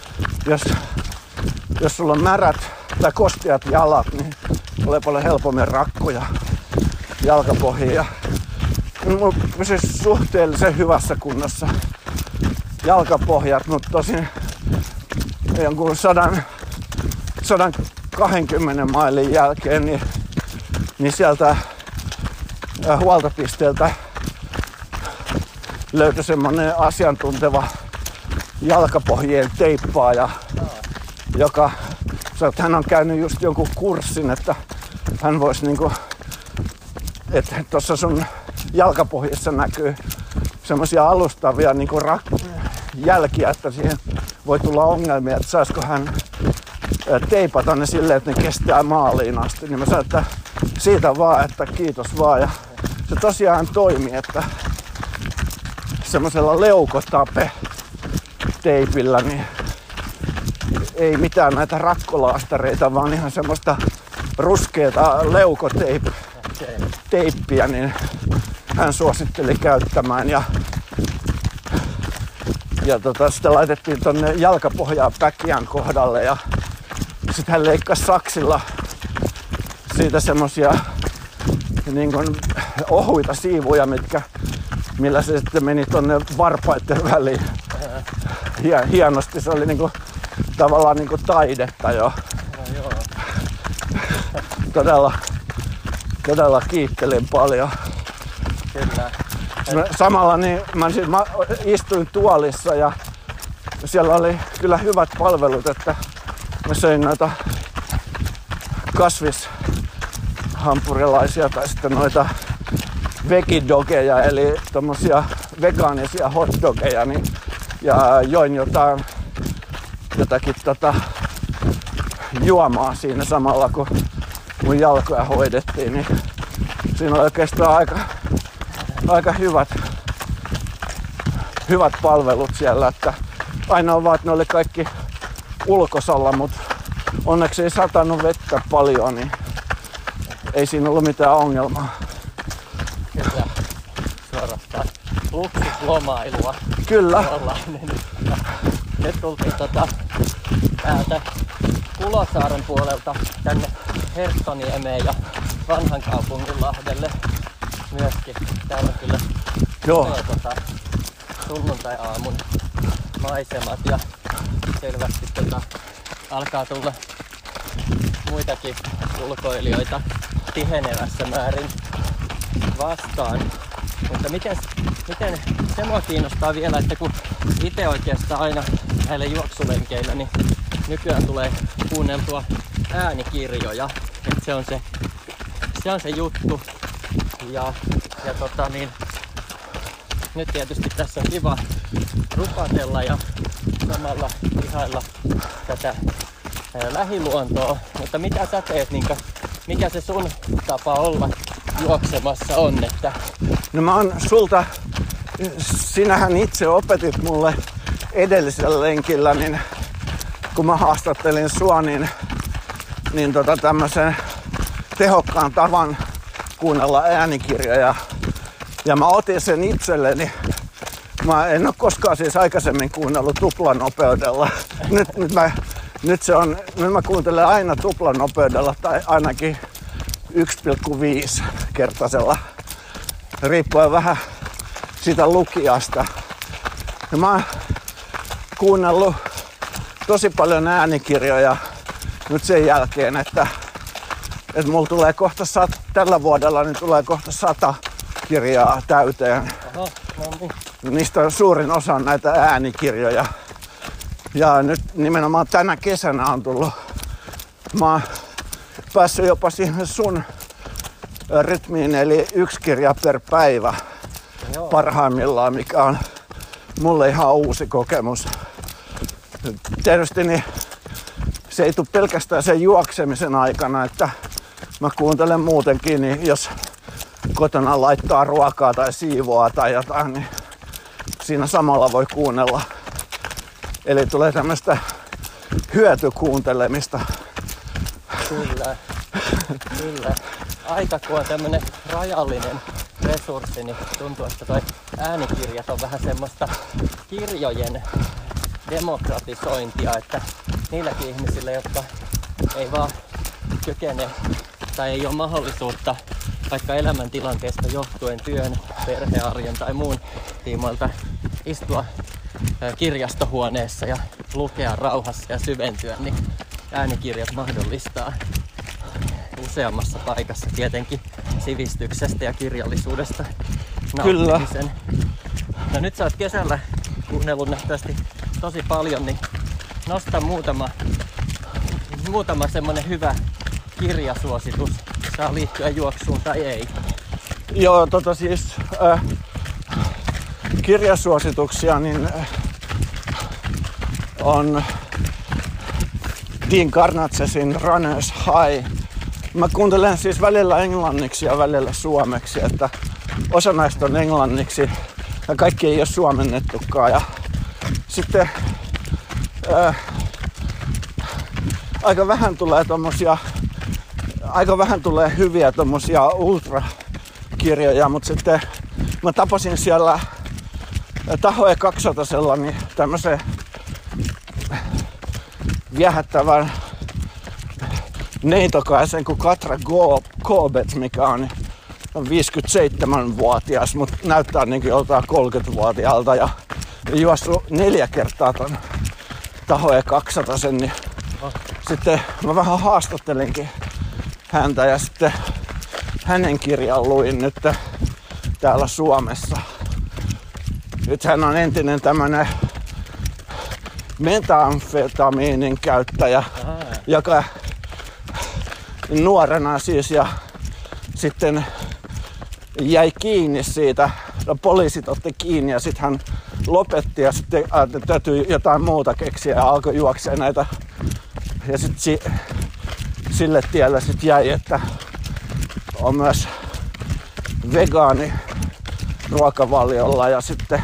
jos sulla on märät tai kosteat jalat, niin tulee paljon helpommin rakkoja jalkapohjia. Mulla pysyisi suhteellisen hyvässä kunnossa jalkapohjat, mutta tosin jonkun 120 mailin jälkeen niin sieltä huoltopisteeltä löytyi semmonen asiantunteva jalkapohjien teippaaja, joka sanoi, että hän on käynyt just jonkun kurssin, että hän voisi niinku, että tuossa sun jalkapohjassa näkyy semmoisia alustavia niinku jälkiä, että siihen voi tulla ongelmia, että saisiko hän teipata ne silleen, että ne kestää maaliin asti. Niin mä sanoin, että siitä vaan, että kiitos vaan. Ja se tosiaan toimi, että semmoisella leukotape-teipillä niin ei mitään näitä rakkolaastareita, vaan ihan semmoista ruskeata leukoteippiä, niin hän suositteli käyttämään. Ja sitä laitettiin tonne jalkapohjaa päkiän kohdalle ja sitten hän leikkasi saksilla siitä semmosia niin kuin ohuita siivuja, millä se sitten meni tonne varpaiden väliin. Hienosti, se oli niinku, tavallaan niinku taidetta jo. Todella kiittelin paljon. Kyllä. Samalla niin mä istuin tuolissa ja siellä oli kyllä hyvät palvelut, että mä söin noita kasvishampurilaisia tai sitten noita vegidogeja eli tommosia vegaanisia hotdogeja niin, ja join jotakin juomaa siinä samalla kun mun jalkoja hoidettiin, niin siinä oli oikeastaan aika hyvät palvelut siellä, että ainoa vaan, että ne oli kaikki ulkosalla, mutta onneksi ei satanut vettä paljon, niin ei siinä ollut mitään ongelmaa. Kyllä, suorastaan luksuslomailua. Kyllä. Nyt tultiin täältä Kulosaaren puolelta tänne Herttoniemeen ja Vanhan Kaupunginlahdelle myöskin. Täällä on kyllä sunnuntai-aamun maisemat ja selvästi alkaa tulla muitakin ulkoilijoita tihenevässä määrin vastaan. Mutta miten se mua kiinnostaa vielä, että kun itse oikeastaan aina näillä juoksulenkeillä, niin nykyään tulee kuunneltua äänikirjoja. Että se on se juttu. Ja nyt tietysti tässä on kiva rupatella ja samalla ihailla tätä lähiluontoa. Mutta mitä sä teet, mikä se sun tapa olla juoksemassa on? Että... No mä oon sulta, sinähän itse opetit mulle edellisellä lenkillä, niin kun mä haastattelin sua, niin tämmösen tehokkaan tavan kuunnella äänikirjoja. Ja mä otin sen itselleni. Mä en ole koskaan siis aikaisemmin kuunnellut tuplanopeudella. Nyt mä kuuntelen aina tuplanopeudella tai ainakin 1,5 kertaisella. Riippuen vähän siitä lukijasta. Ja mä oon kuunnellut tosi paljon äänikirjoja nyt sen jälkeen, että mulla tulee kohta tällä vuodella niin tulee kohta 100 kirjaa täyteen. Oho, no niin. Niistä on suurin osa näitä äänikirjoja. Ja nyt nimenomaan tänä kesänä on tullut. Mä oon päässyt jopa siihen sun rytmiin, eli 1 kirja per päivä. Joo. Parhaimmillaan, mikä on mulle ihan uusi kokemus. Tietysti niin se ei tule pelkästään sen juoksemisen aikana, että mä kuuntelen muutenkin, niin jos kotona laittaa ruokaa tai siivoaa tai jotain, niin siinä samalla voi kuunnella. Eli tulee tämmöistä hyötykuuntelemista. Kyllä. Aika kun on tämmönen rajallinen resurssi, niin tuntuu, että toi äänikirjat on vähän semmoista kirjojen demokratisointia, että niilläkin ihmisillä, jotka ei vaan kykene tai ei ole mahdollisuutta vaikka elämäntilanteesta johtuen työn, perhearjen tai muun tiimoilta istua kirjastohuoneessa ja lukea rauhassa ja syventyä, niin äänikirjat mahdollistaa useammassa paikassa tietenkin sivistyksestä ja kirjallisuudesta nauttimisen. No nyt sä oot kesällä kuunnellut nähtävästi tosi paljon, niin nosta muutama semmonen kirjasuositus. Saa liittyä juoksuun tai ei. Joo, kirjasuosituksia niin on Dean Karnacesin Runner's High. Mä kuuntelen siis välillä englanniksi ja välillä suomeksi, että osa näistä on englanniksi ja kaikki ei ole suomennettukaan. Ja sitten aika vähän tulee hyviä tommosia ultrakirjoja, mutta sitten mä tapasin siellä Tahoe 200 niin tämmösen viehättävän neitokaisen kuin Katra Kobet, mikä on 57-vuotias, mutta näyttää niin kuin joltain 30-vuotiaalta ja juossut 4 kertaa ton Tahoe 200, niin sitten mä vähän haastattelinkin häntä ja sitten hänen kirjan luin nyt täällä Suomessa. Nyt hän on entinen tämmönen metamfetamiinin käyttäjä, joka nuorena siis ja sitten jäi kiinni siitä. No, poliisit otti kiinni ja sitten hän lopetti ja sitten täytyy jotain muuta keksiä ja alkoi juoksea näitä. Ja sitten sille tielle sitten jäi, että on myös vegaani ruokavaliolla ja sitten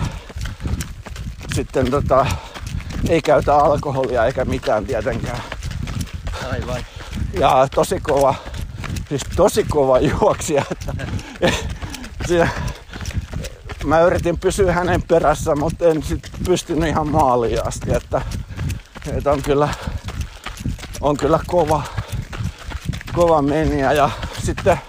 ei käytä alkoholia eikä mitään tietenkään. Aivan. Ja tosi kova juoksija. Mä yritin pysyä hänen perässä, mutta en sit pystynyt ihan maaliin asti, että on kyllä kova meniä. Ja sitten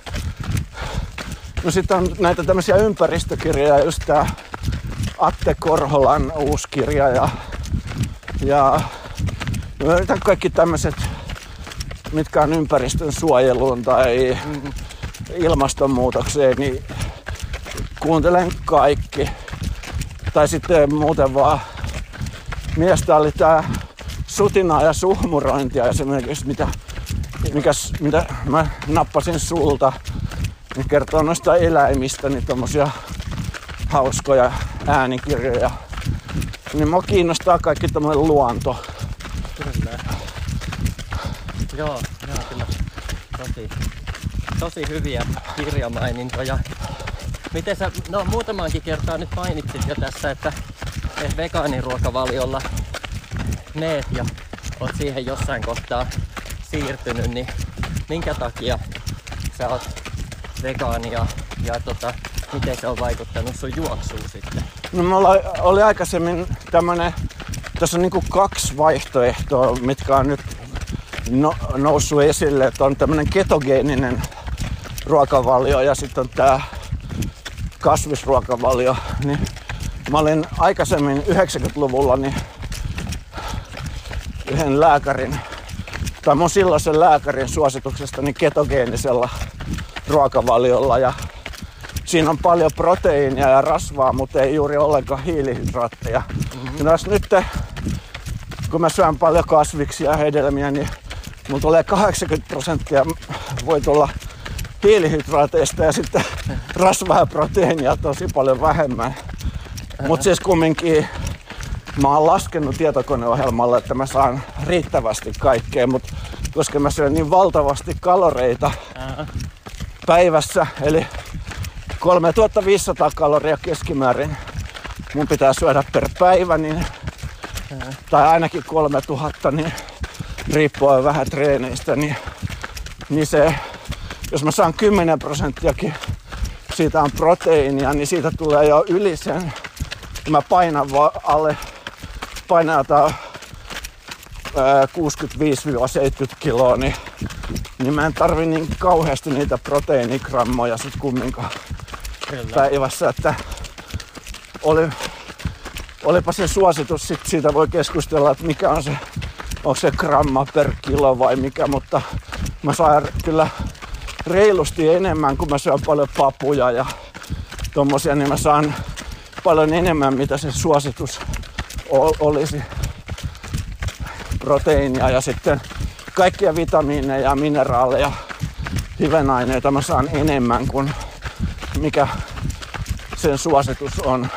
on näitä tämmöisiä ympäristökirjoja, just tää Atte Korholan uusi kirja ja mä yritän kaikki tämmöiset, mitkä on ympäristön suojeluun tai ilmastonmuutokseen, niin kuuntelen kaikki. Tai sitten muuten vaan miestä oli tää sutinaa ja suhmurointia esimerkiksi, mitä mä nappasin sulta. Ne kertoo noista eläimistä, niin tommosia hauskoja äänikirjoja. Niin mua kiinnostaa kaikki tommoinen luonto. Kyllä. Joo, kyllä. Tosi hyviä kirjamainintoja. Miten sä, muutamaankin kertaa nyt mainitsit jo tässä, että vegaaniruokavaliolla meet ja oot siihen jossain kohtaa siirtynyt, niin minkä takia sä oot vegaani ja miten se on vaikuttanut sun juoksuun sitten? No mulla oli aikaisemmin tässä on niinku 2 vaihtoehtoa, mitkä on nyt noussut esille, että on tämmönen ketogeeninen ruokavalio ja sitten on tää kasvisruokavalio. Niin mä olin aikaisemmin 90-luvulla niin yhden lääkärin, tai mun silloisen lääkärin suosituksesta niin ketogeenisella ruokavaliolla ja siinä on paljon proteiinia ja rasvaa, mutta ei juuri ollenkaan hiilihydraatteja. No nyt kun mä syön paljon kasviksia ja hedelmiä, niin mulla tulee 80% voi tulla hiilihydraateista ja sitten rasvaa ja proteiinia tosi paljon vähemmän. Mutta siis kumminkin mä oon laskenut tietokoneohjelmalla, että mä saan riittävästi kaikkea, mutta koska mä syön niin valtavasti kaloreita päivässä, eli 3500 kaloria keskimäärin mun pitää syödä per päivä, niin, tai ainakin 3000, niin riippuen vähän treeneistä, niin se, jos mä saan 10% siitä on proteiinia, niin siitä tulee jo yli sen. Mä painan alle, painataan 65-70 kiloa, niin mä en tarvi niin kauheasti niitä proteiinigrammoja sit kumminkaan päivässä, että olipa se suositus, sit siitä voi keskustella, että mikä on se, onko se gramma per kilo vai mikä, mutta mä saan kyllä reilusti enemmän, kun mä syön paljon papuja ja tommosia, niin mä saan paljon enemmän, mitä se suositus olisi. Proteiinia ja sitten kaikkia vitamiineja, mineraaleja, hivenaineita mä saan enemmän kuin mikä sen suositus on.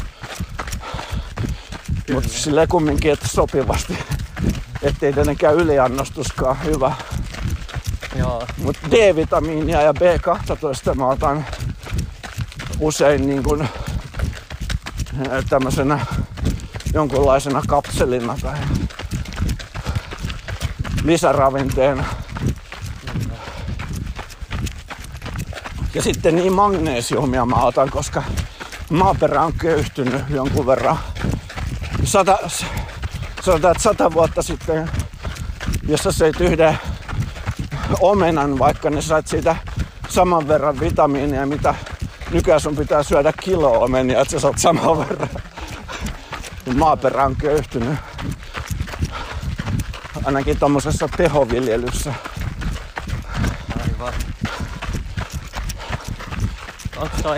Mutta silleen kumminkin, että sopivasti, ettei tietenkään yliannostuskaan hyvä. Mutta D-vitamiinia ja B12 mä otan usein niin kuin tämmöisenä jonkunlaisena kapselina tai lisäravinteena. Ja sitten niin magneesiumia mä otan, koska maaperä on köyhtynyt jonkun verran. Sanotaan, että 100 vuotta sitten, jos sä söit yhden omenan, vaikka ne sait siitä saman verran vitamiinia, mitä nykyään sun pitää syödä kilo omenia, että sä saat saman verran. Maaperä on köyhtynyt. Ainakin tommosessa tehoviljelyssä. Aivan. Onks toi,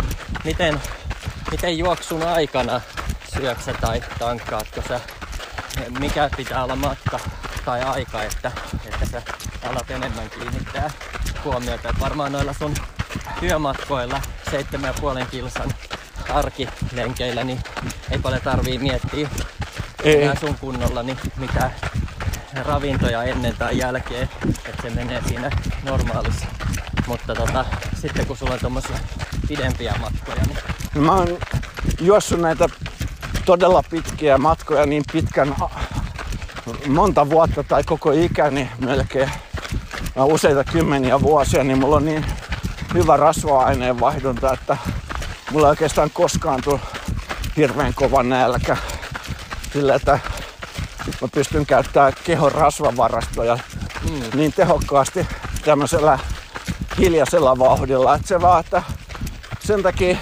miten juoksun aikana syöksä tai tankkaatko sä? Mikä pitää olla matka tai aika, että sä alat enemmän kiinnittää huomiota? Et varmaan noilla sun työmatkoilla 7,5 kilsan arkilenkeillä niin ei paljon tarvii miettiä enää sun kunnolla niin mitä ravintoja ennen tai jälkeen, että se menee siinä normaalissa. Mutta sitten kun sulla on tommosia pidempiä matkoja, niin... Mä oon juossut näitä todella pitkiä matkoja niin pitkän, monta vuotta tai koko ikäni melkein, useita kymmeniä vuosia, niin mulla on niin hyvä rasva-aineen vaihdunta, että mulla ei oikeastaan koskaan tule hirveän kova nälkä. Sillä, että mä pystyn käyttämään kehon rasvavarastoja niin tehokkaasti tämmöisellä hiljaisella vauhdilla, että se vaan, että sen takia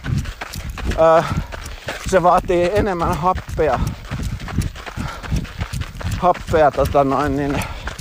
se vaatii enemmän happea niin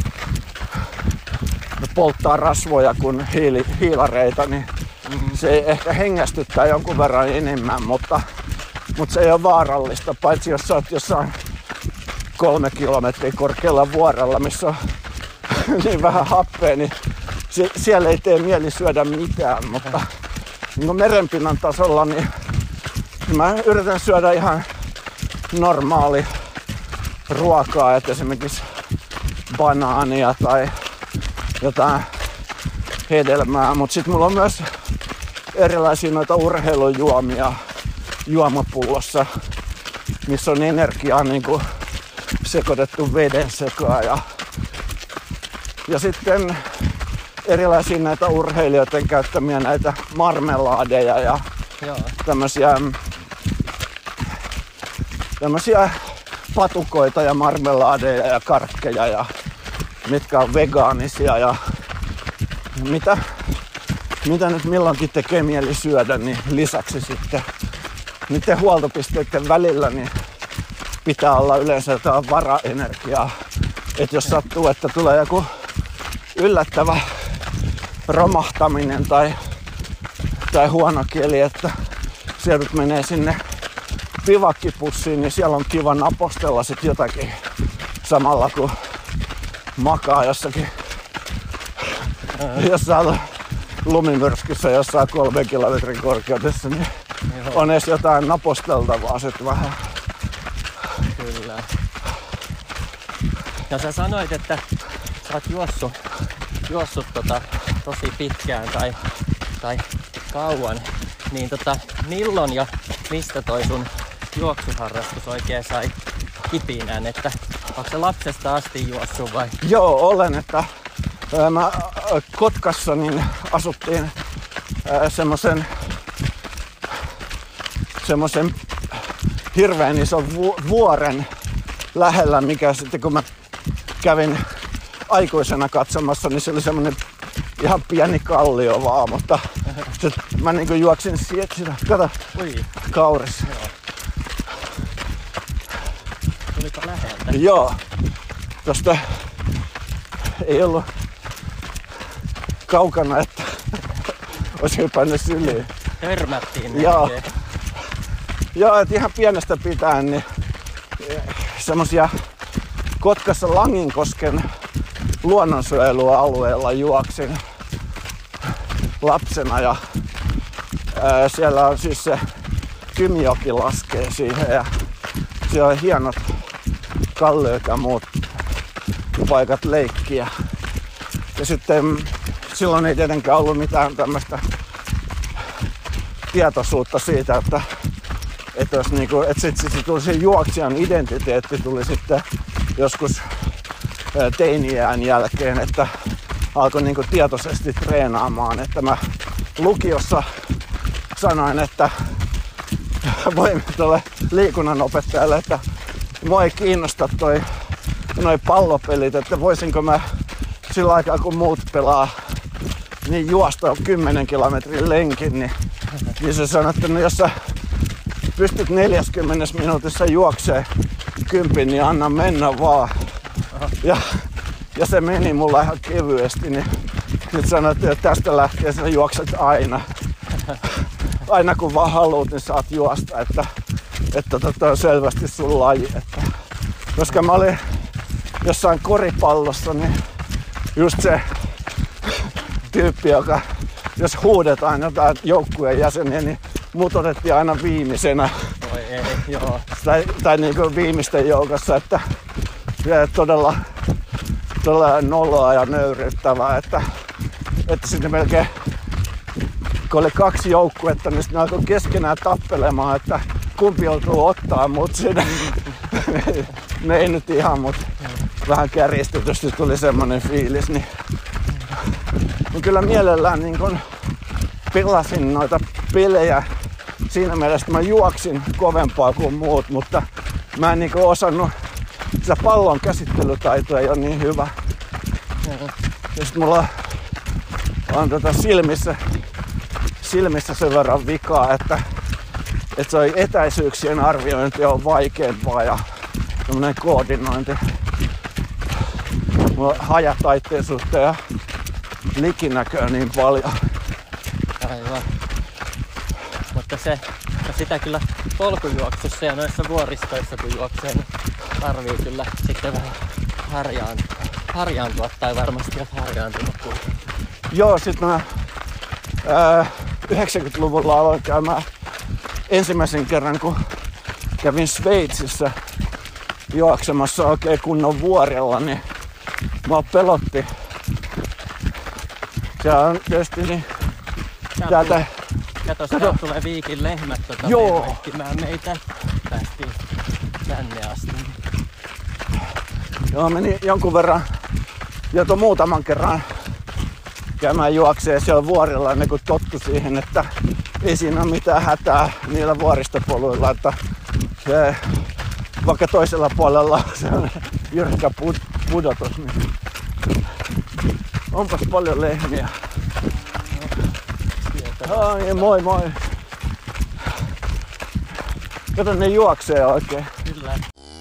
polttaa rasvoja kuin hiilareita, niin se ehkä hengästyttää jonkun verran enemmän, mutta se ei ole vaarallista, paitsi jos sä oot jossain 3 kilometriä korkealla vuorella, missä on niin vähän happea, niin siellä ei tee mieli syödä mitään, mutta niin merenpinnan tasolla niin mä yritän syödä ihan normaali ruokaa, että esimerkiksi banaania tai jotain hedelmää, mutta sitten mulla on myös erilaisia noita urheilujuomia juomapullossa, missä on energiaa niin kuin sekoitettu veden sekaan ja sitten erilaisia näitä urheilijoiden käyttämiä näitä marmelaadeja ja tämmösiä patukoita ja marmelaadeja ja karkkeja ja mitkä on vegaanisia ja mitä nyt milloinkin tekee mieli syödä, niin lisäksi sitten niiden huoltopisteiden välillä niin pitää olla yleensä jotain varaenergiaa. Että jos sattuu, että tulee joku yllättävä romahtaminen tai huono kieli, että sieltä menee sinne pivakkipussiin, niin siellä on kiva napostella sit jotakin samalla kun makaa jossakin lumimyrskyssä jossain 3 kilometrin korkeudessa, niin on edes jotain naposteltavaa sit vähän. Kyllä. Ja sä sanoit, että sä oot juossut tosi pitkään tai kauan. Niin milloin ja mistä toi sun juoksuharrastus oikein sai kipinän, että onko se lapsesta asti juossut vai? Joo, olen, että mä Kotkassa niin asuttiin semmosen hirveän ison vuoren lähellä, mikä sitten kun mä kävin aikuisena katsomassa, niin se oli semmonen ihan pieni kallio vaan, mutta mä niinku juoksin sitä, kato, kauris. Joo. Tuliko läheltä? Joo, tosta ei ollut kaukana, että olisi hypännyt syliin. Törmättiin. Joo, että ihan pienestä pitäen niin semmosia Kotkassa Langinkosken luonnonsuojelualueella juoksin lapsena ja siellä on siis se Kymijoki laskee siihen ja siellä on hienot kalliot ja muut paikat leikkiä. Ja sitten silloin ei tietenkään ollut mitään tämmöistä tietoisuutta siitä, että jos niinku, että se tuli se juoksijan identiteetti tuli sitten joskus teini-iän jälkeen, että alkoi niinku tietoisesti treenaamaan, että mä lukiossa sanoin, että voin tuolle liikunnanopettajalle, että mua ei kiinnosta noi pallopelit, että voisinko mä sillä aikaa kun muut pelaa niin juosta 10 kilometrin lenkin, niin se sanoi, että no jos sä pystyt 40 minuutissa juoksee 10, niin anna mennä vaan. Ja se meni mulla ihan kevyesti, niin nyt sanoit, että tästä lähtien sä juokset aina. Aina kun vaan haluut, niin saat juosta, että on selvästi sun laji. Koska mä olin jossain koripallossa, niin just se tyyppi, joka jos huudetaan jotain joukkueen jäseniä, niin mut otettiin aina viimeisenä. Oi ei, joo. Tai niinku viimeisten joukossa, että todella noloa ja nöyryyttävää, että sitten melkein kun oli 2 joukkuetta, niin sitten ne alkoi keskenään tappelemaan, että kumpi joutuu ottaa mut sinne. Ne ei nyt ihan, mut vähän kärjistetysti tuli semmonen fiilis. Niin. Kyllä mielellään niin kun pelasin noita pelejä. Siinä mielessä mä juoksin kovempaa kuin muut, mutta mä en niinku osannut, sitä pallon käsittelytaito ei ole niin hyvä. Ja sit mulla on silmissä sen verran vikaa, että se etäisyyksien arviointi on vaikeampaa ja tämmönen koordinointi. Mulla on hajataitteisuutta ja likinäköä niin paljon. Aivan. Mutta sitä kyllä polkujuoksussa ja noissa vuoristoissa kun juoksee, niin tarvii kyllä sitten vähän harjaantua tai varmasti olet harjaantunut. Joo, sit mä 90-luvulla aloin käymään ensimmäisen kerran, kun kävin Sveitsissä juoksemassa oikein kunnon vuorella, niin mua pelotti. Se on tietysti niin täältä... Kato, sieltä tulee Viikin lehmät leikkimään meitä. Päästiin tänne asti. Joo, meni jonkun verran, muutaman kerran käymään juokseen siellä vuorilla ennen kuin tottu siihen, että ei siinä ole mitään hätää niillä vuoristopoluilla, että se, vaikka toisella puolella se on jyrkkä pudotus, niin onpas paljon lehmiä. Ai, moi moi. Kato, ne juoksee oikein. Kyllä.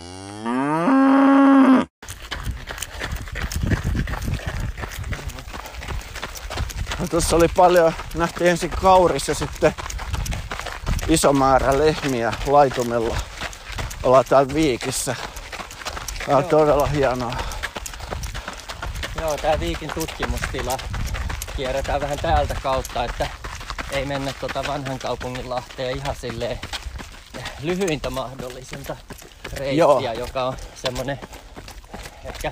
Tuossa oli paljon, nähtiin ensin kauris ja sitten iso määrä lehmiä laitumella. Ollaan täällä Viikissä. Tää on todella hienoa. Joo, tää Viikin tutkimustila kierretään vähän täältä kautta, että ei mennä vanhan kaupungin Lahteen ihan silleen lyhyintä mahdollisinta reittiä, joka on semmonen ehkä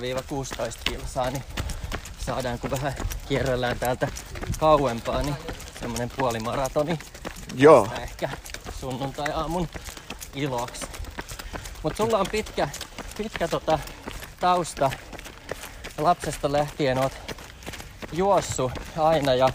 15-16 kilsaa, niin saadaan kun vähän kierrellään täältä kauempaa, niin semmonen puolimaratoni. Joo. Ehkä sunnuntai-aamun iloksi. Mut sulla on pitkä tausta. Lapsesta lähtien oot juossut aina ja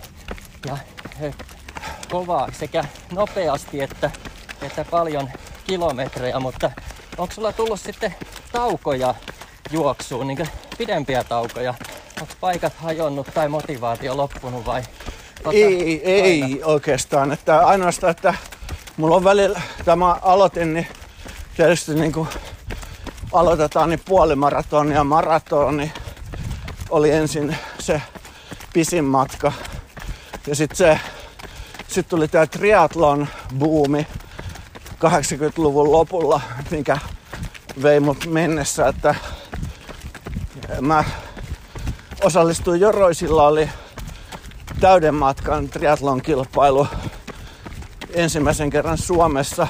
kovaa sekä nopeasti että paljon kilometrejä, mutta onko sulla tullut sitten taukoja juoksuun, niin pidempiä taukoja? Onko paikat hajonnut tai motivaatio loppunut vai? Ei oikeastaan. Että ainoastaan, että mulla on välillä tämä aloitin, niin tietysti niin kuin aloitetaan niin puolimaratoni ja maratoni oli ensin se pisin matka. Ja sitten tuli tää triathlon buumi 80-luvun lopulla, mikä vei mut mennessä, että mä osallistuin Joroisilla, oli täyden matkan triathlon kilpailu ensimmäisen kerran Suomessa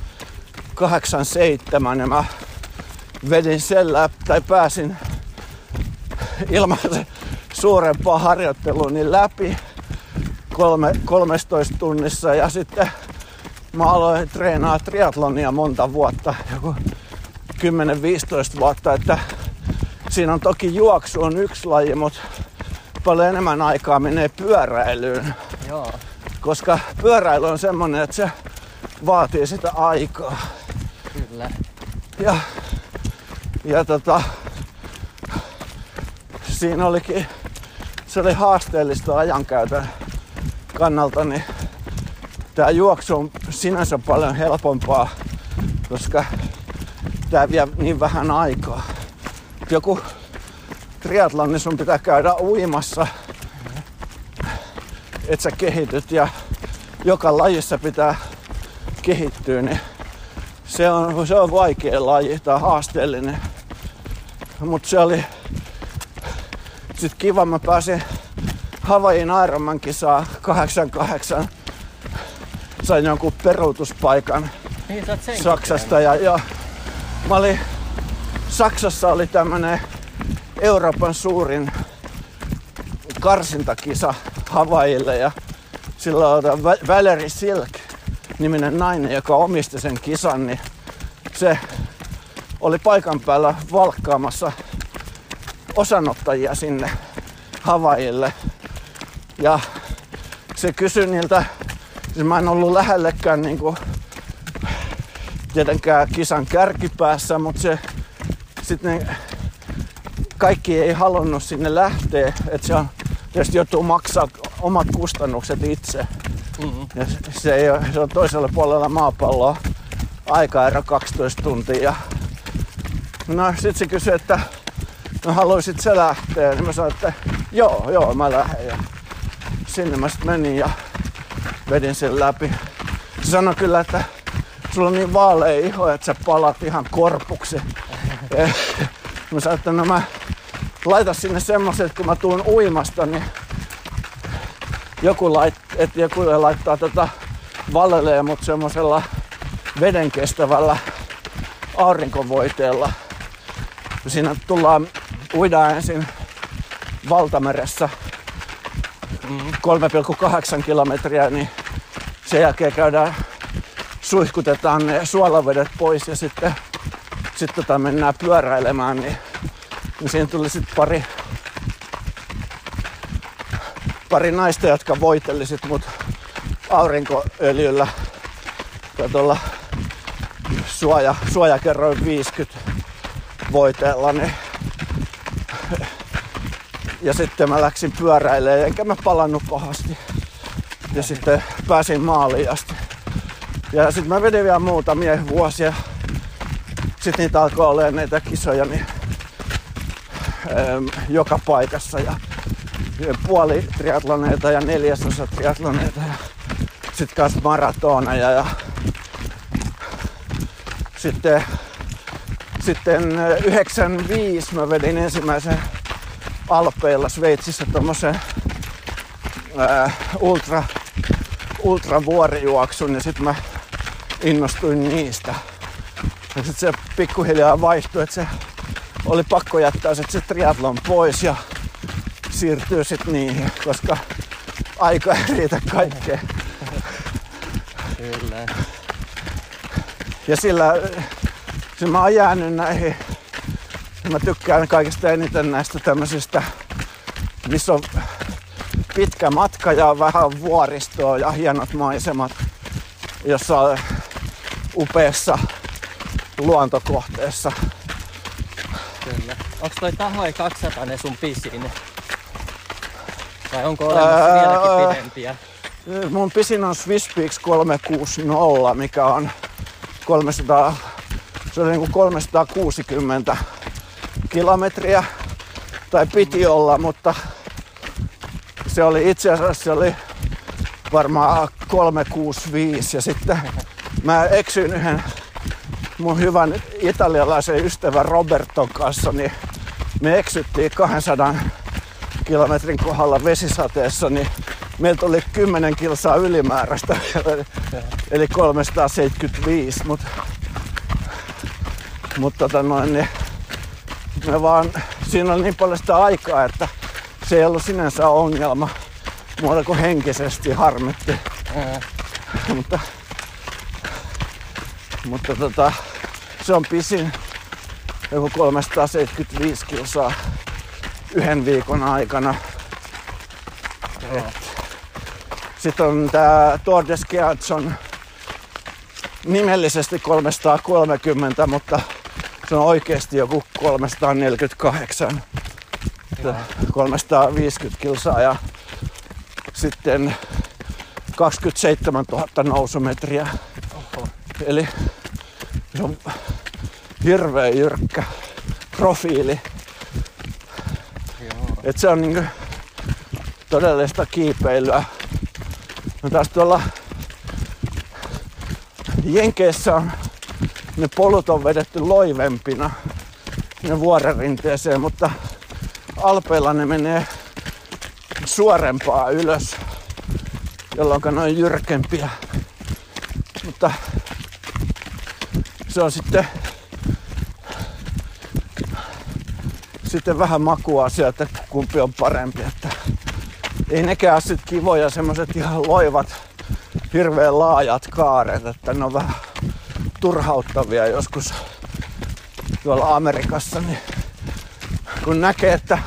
87 ja mä vedin sen pääsin ilman suurempaa harjoittelua niin läpi 13 tunnissa ja sitten mä aloin treenaa triathlonia monta vuotta, joku 10-15 vuotta, että siinä on toki juoksu on yksi laji, mutta paljon enemmän aikaa menee pyöräilyyn. Joo. Koska pyöräily on semmonen, että se vaatii sitä aikaa. Kyllä. Ja siinä se oli haasteellista ajankäytön kannalta, niin tää juoksu on sinänsä paljon helpompaa, koska tää vie niin vähän aikaa. Joku triathlon, niin sun pitää käydä uimassa, et sä kehityt ja joka lajissa pitää kehittyä, niin se on vaikea laji tai haasteellinen. Mut se oli sit kiva, mä pääsin Havaijin Ironman-kisaan 88. Sain jonkun peruutuspaikan niin, Saksasta ja mä olin Saksassa oli tämmönen Euroopan suurin karsintakisa Havaijille ja silloin Valerie Silk niminen nainen, joka omisti sen kisan, niin se oli paikan päällä valkkaamassa osanottajia sinne Havaijille. Ja se kysyi niiltä, siis mä en ollut lähellekään niinku tietenkään kisan kärkipäässä, mutta sitten kaikki ei halunnut sinne lähteä, että se on tietysti joutuu maksaa omat kustannukset itse. Mm-hmm. Ja se on toisella puolella maapalloa aikaero 12 tuntia. No sit se kysyi, että no haluaisit sä lähteä, niin mä sanoin, että joo mä lähden. Ja sinne mä sit menin ja vedin sen läpi. Se sanoi kyllä, että sulla on niin vaalea iho, että sä palat ihan korpuksi. Mä sanoin, että no mä laitan sinne semmoset, kun mä tuun uimasta, niin joku laittaa valelee mut semmosella vedenkestävällä aurinkovoiteella. Siinä uidaan ensin valtameressä 3,8 kilometriä, niin sen jälkeen suihkutetaan ne suolavedet pois ja sitten mennään pyöräilemään, niin siinä tuli sitten pari naista, jotka voiteli sit mut aurinkoöljyllä ja tuolla suojakerroin 50 voiteella, niin ja sitten mä läksin pyöräilemään, enkä mä palannut pahasti. Ja sitten pääsin maaliin asti. Ja sitten mä vedin vielä muutamia vuosia. Sitten niitä alkoi olemaan näitä kisoja niin, joka paikassa. Ja puoli triathloneita ja 1/4 triathloneita. Ja sitten kans maratoneja. Ja sitten 95 mä vedin ensimmäisen Alpeilla Sveitsissä tommosen ultravuorijuoksun ja sit mä innostuin niistä. Ja sit se pikkuhiljaa vaihtui, että se oli pakko jättää se triathlon pois ja siirtyy sit niihin, koska aika ei riitä kaikkeen. Kyllä. Ja sillä mä oon jäänyt näihin, mä tykkään kaikista eniten näistä tämmöisistä, missä on pitkä matka ja vähän vuoristoa ja hienot maisemat, jossa on upeassa luontokohteessa. Kyllä. Onks toi Tahoi 200 sun pisin? Vai onko olemassa vieläkin pidempiä? Mun pisin on Swiss Peaks 360, mikä on 360 kilometriä. Tai piti olla, mutta se oli itse asiassa varmaan 365. Ja sitten mä eksyin yhden mun hyvän italialaisen ystävän Roberton kanssa, niin me eksyttiin 200 kilometrin kohdalla vesisateessa, niin meillä tuli 10 kilsaa ylimääräistä, eli 375, mutta niin me vaan, siinä oli niin paljon sitä aikaa, että se ei ollut sinänsä ongelma, muuta kuin henkisesti harmitti. mutta se on pisin joku 375 kilsaa yhden viikon aikana. Sitten on tää Tor des Géants on nimellisesti 330, mutta se on oikeesti joku 348. 350 kilsaa ja sitten 27 000 nousumetriä. Oho. Eli se on hirveän jyrkkä profiili. Joo. Et se on niinku todellista kiipeilyä. No taas tuolla Jenkeissä on ne polut on vedetty loivempina ne vuorenrinteeseen, mutta Alpeilla ne menee suorempaa ylös, jolloin ne on jyrkempiä. Mutta se on sitten vähän makuasia, että kumpi on parempi. Että ei nekään ole sit kivoja semmoset ihan loivat, hirveän laajat kaaret, että ne on vähän turhauttavia joskus tuolla Amerikassa, niin kun näkee, että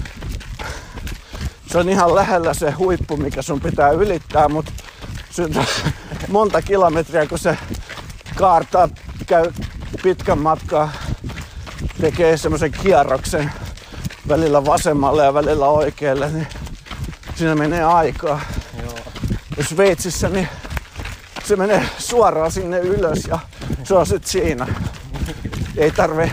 se on ihan lähellä se huippu, mikä sun pitää ylittää, mutta siitä monta kilometriä, kun se kaartaa, käy pitkän matkaa, tekee semmoisen kierroksen välillä vasemmalle ja välillä oikealle, niin siinä menee aikaa. Joo. Ja Sveitsissä niin se menee suoraan sinne ylös ja se on sit siinä. Ei tarvi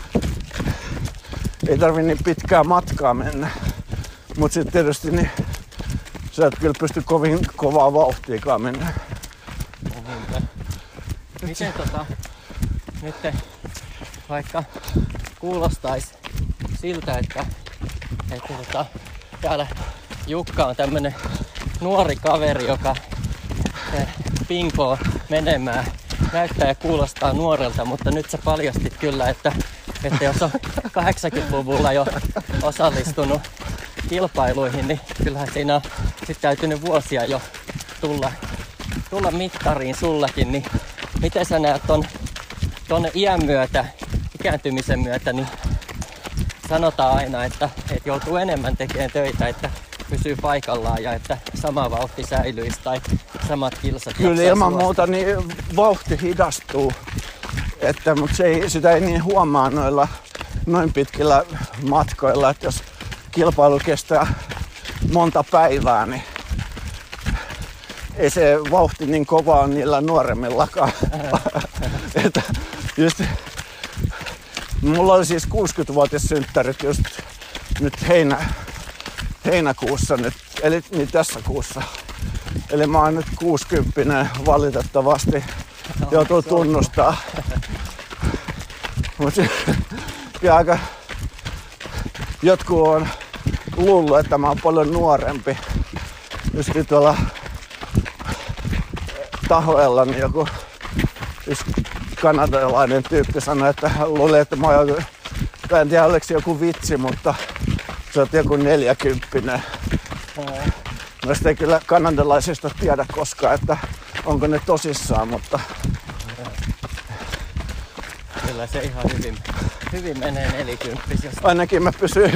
niin pitkää matkaa mennä. Mut sit tietysti niin sä et kyllä pysty kovin kovaa vauhtiakaan mennä. Miten nyt vaikka kuulostais siltä, että täällä Jukka on tämmönen nuori kaveri, joka pinkoo menemään. Näyttää ja kuulostaa nuorelta, mutta nyt sä paljastit kyllä, että jos on 80-luvulla jo osallistunut kilpailuihin, niin kyllähän siinä on sit täytynyt vuosia jo tulla mittariin sullakin. Niin miten sä näet ton iän myötä, ikääntymisen myötä, niin sanotaan aina, että joutuu enemmän tekemään töitä, että pysyy paikallaan ja että sama vauhti säilyisi tai samat kilsat. Kyllä ilman muuta niin vauhti hidastuu, mutta sitä ei niin huomaa noin pitkillä matkoilla, että jos kilpailu kestää monta päivää, niin ei se vauhti niin kovaa niillä nuoremmillakaan. Että just, mulla oli siis 60-vuotissynttärit just nyt heinäkuussa nyt, eli niin tässä kuussa. Eli mä oon nyt 60 valitettavasti, joutuu tunnustaa. Mutta aika jotkut on luullut, että mä oon paljon nuorempi. Just tuolla Tahoella niin joku kanadalainen tyyppi sanoi, että hän luuli, että mä oon en tiedä oliko se joku vitsi, mutta sä oot joku 40. Noista ei kyllä kanadalaisista tiedä koskaan, että onko ne tosissaan, mutta kyllä se ihan hyvin menee 40. Ainakin mä pysyin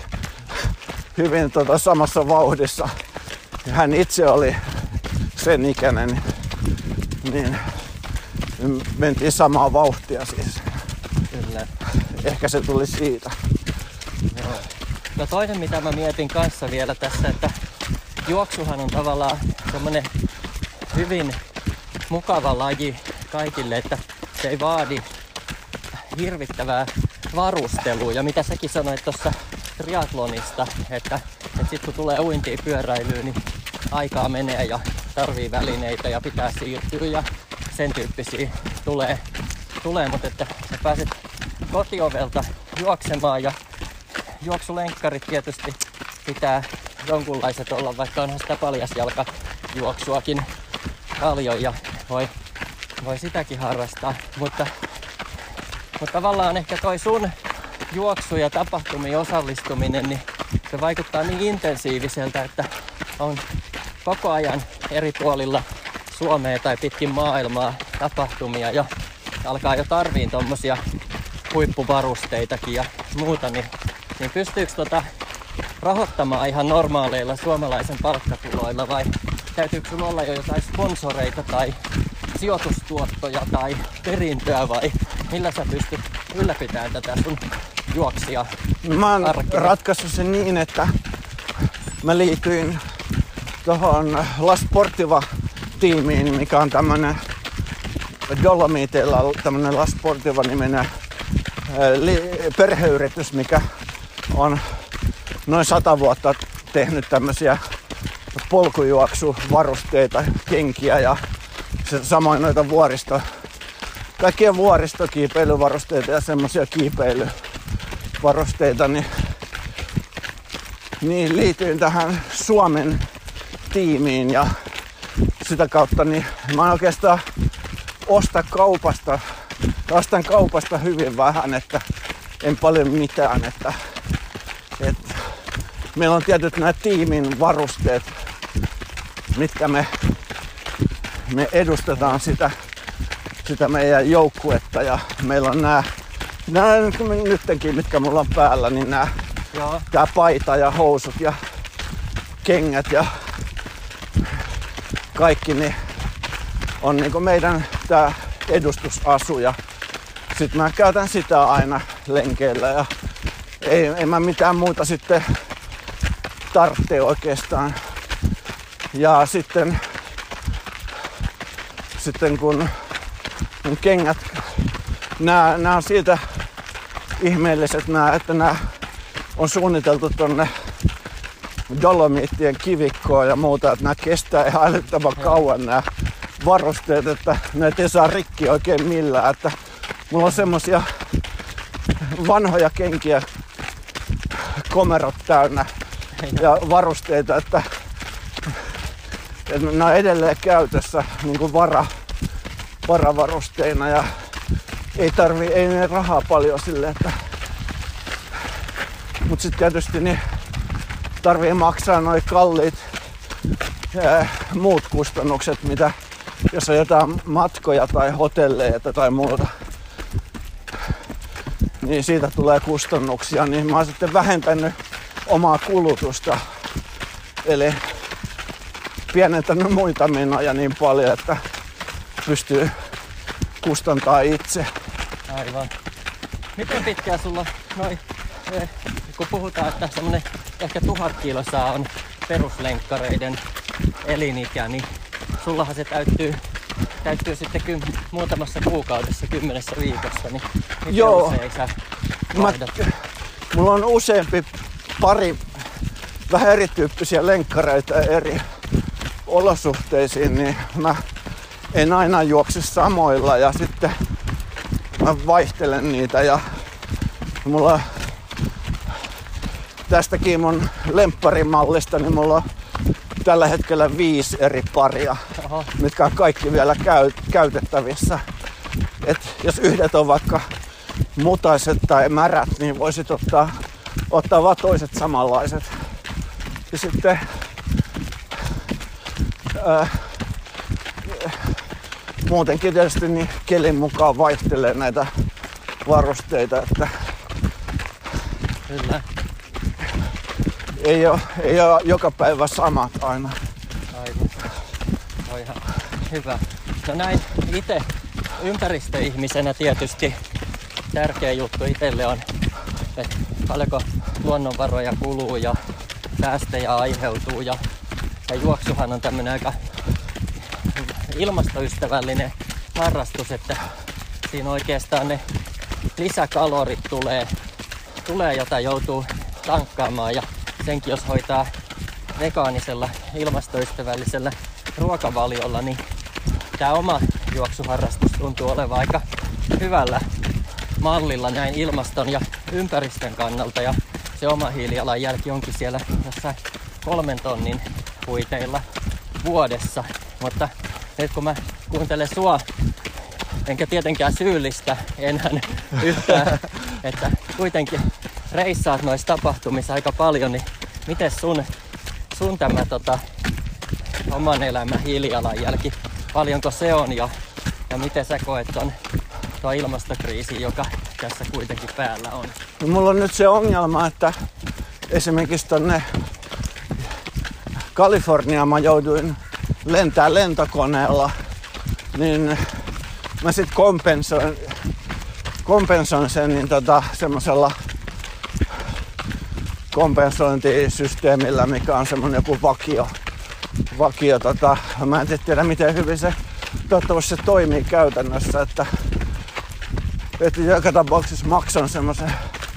hyvin samassa vauhdissa. Hän itse oli sen ikäinen, niin mentiin samaa vauhtia siis. Kyllä. Ehkä se tuli siitä. Joo. No toinen mitä mä mietin kanssa vielä tässä, että juoksuhan on tavallaan semmonen hyvin mukava laji kaikille, että se ei vaadi hirvittävää varustelua. Ja mitä säkin sanoit tuossa triathlonista, että sit kun tulee uintiin pyöräilyyn, niin aikaa menee ja tarvii välineitä ja pitää siirtyä ja sen tyyppisiä tulee, mutta että sä pääset kotiovelta juoksemaan ja juoksulenkkarit tietysti pitää jonkunlaiset olla, vaikka onhan sitä paljasjalkajuoksuakin paljon ja voi sitäkin harrastaa, mutta tavallaan ehkä toi sun juoksu ja tapahtumiin osallistuminen, niin se vaikuttaa niin intensiiviseltä, että on koko ajan eri puolilla Suomea tai pitkin maailmaa tapahtumia ja alkaa jo tarviin tommosia huippuvarusteitakin ja muuta, niin pystyykö rahoittamaan ihan normaaleilla suomalaisen palkkatuloilla vai täytyykö sulla olla jo jotain sponsoreita tai sijoitustuottoja tai perintöä vai millä sä pystyt ylläpitämään tätä sun juoksia? Mä oon ratkaissut sen niin, että mä liityin tohon La Sportiva-tiimiin, mikä on tämmönen Dolomiteilla tämmönen La Sportiva-niminen perheyritys, mikä on noin 100 vuotta tehnyt tämmösiä polkujuoksuvarusteita, kenkiä ja samoin noita kaikkia vuoristokiipeilyvarusteita ja semmosia kiipeilyvarusteita, niin liityin tähän Suomen tiimiin ja sitä kautta niin mä oikeastaan ostan kaupasta hyvin vähän, että en paljon mitään, että meillä on tietyt nämä tiimin varusteet, mitkä me edustetaan sitä meidän joukkuetta ja meillä on nämä nyttenkin, mitkä mulla on päällä, niin tää paita ja housut ja kengät ja kaikki niin on niinku meidän tää edustusasu ja sit mä käytän sitä aina lenkeillä ja ei mä mitään muuta sitten tarvitse oikeastaan. Ja sitten kun kengät, nää on siitä ihmeelliset että nää on suunniteltu tonne Dolomiittien kivikkoon ja muuta, että nää kestää ihan älyttömän kauan nää varusteet, että näitä ei saa rikki oikein millään, että mulla on semmosia vanhoja kenkiä, komerot täynnä ja varusteita, että nämä on edelleen käytössä niin kuin varavarusteina ja ei mene rahaa paljon sille, että mut sit tietysti niin tarvii maksaa noi kalliit muut kustannukset, mitä jos on jotain matkoja tai hotelleita tai muuta, niin siitä tulee kustannuksia, niin mä oon sitten vähentänyt omaa kulutusta, eli pienentänyt muita menoja niin paljon, että pystyy kustantaa itse. Aivan. Miten pitkään sulla kun puhutaan, että semmonen ehkä 1000 kilsaa on peruslenkkareiden elinikä, niin sullahan se täyttyy sitten muutamassa kuukaudessa, 10 viikossa, niin miten usein sä vaihdat? Mulla on useampi pari vähän erityyppisiä lenkkareita eri olosuhteisiin, niin mä en aina juokse samoilla ja sitten mä vaihtelen niitä ja mulla tästäkin mun lempparimallista, niin mulla on tällä hetkellä 5 eri paria, mitkä on kaikki vielä käytettävissä. Et jos yhdet on vaikka mutaiset tai märät, niin voisit ottaa vaan toiset samanlaiset. Ja sitten Muutenkin tietysti niin kelin mukaan vaihtelee näitä varusteita, että Kyllä. ei ole joka päivä samat aina. Aivan. Se on ihan hyvä. No näin itse ympäristöihmisenä tietysti tärkeä juttu itselle on, että paljonko luonnonvaroja kuluu ja päästöjä aiheutuu. Ja juoksuhan on tämmönen aika ilmastoystävällinen harrastus, että siinä oikeastaan ne lisäkalorit tulee jota joutuu tankkaamaan, ja senkin jos hoitaa vegaanisella ilmastoystävällisellä ruokavaliolla, niin tää oma juoksuharrastus tuntuu olevan aika hyvällä mallilla näin ilmaston ja ympäristön kannalta, ja se oma hiilijalanjälki onkin siellä jossain 3 tonnin huiteilla vuodessa. Mutta nyt kun mä kuuntelen sua, enkä tietenkään syyllistä enhän yhtään, että kuitenkin reissaat noissa tapahtumissa aika paljon, niin miten sun tämä oman elämän hiilijalanjälki, paljonko se on ja miten sä koet tuo ilmastokriisi, joka tässä kuitenkin päällä on? No, mulla on nyt se ongelma, että esimerkiksi tonne Kaliforniaan mä jouduin lentää lentokoneella, niin mä sit kompensoin sen niin semmosella kompensointisysteemillä, mikä on semmonen joku vakio. Mä en tiedä miten hyvin se, toivottavasti se toimii käytännössä, että joka tapauksessa maksan semmosen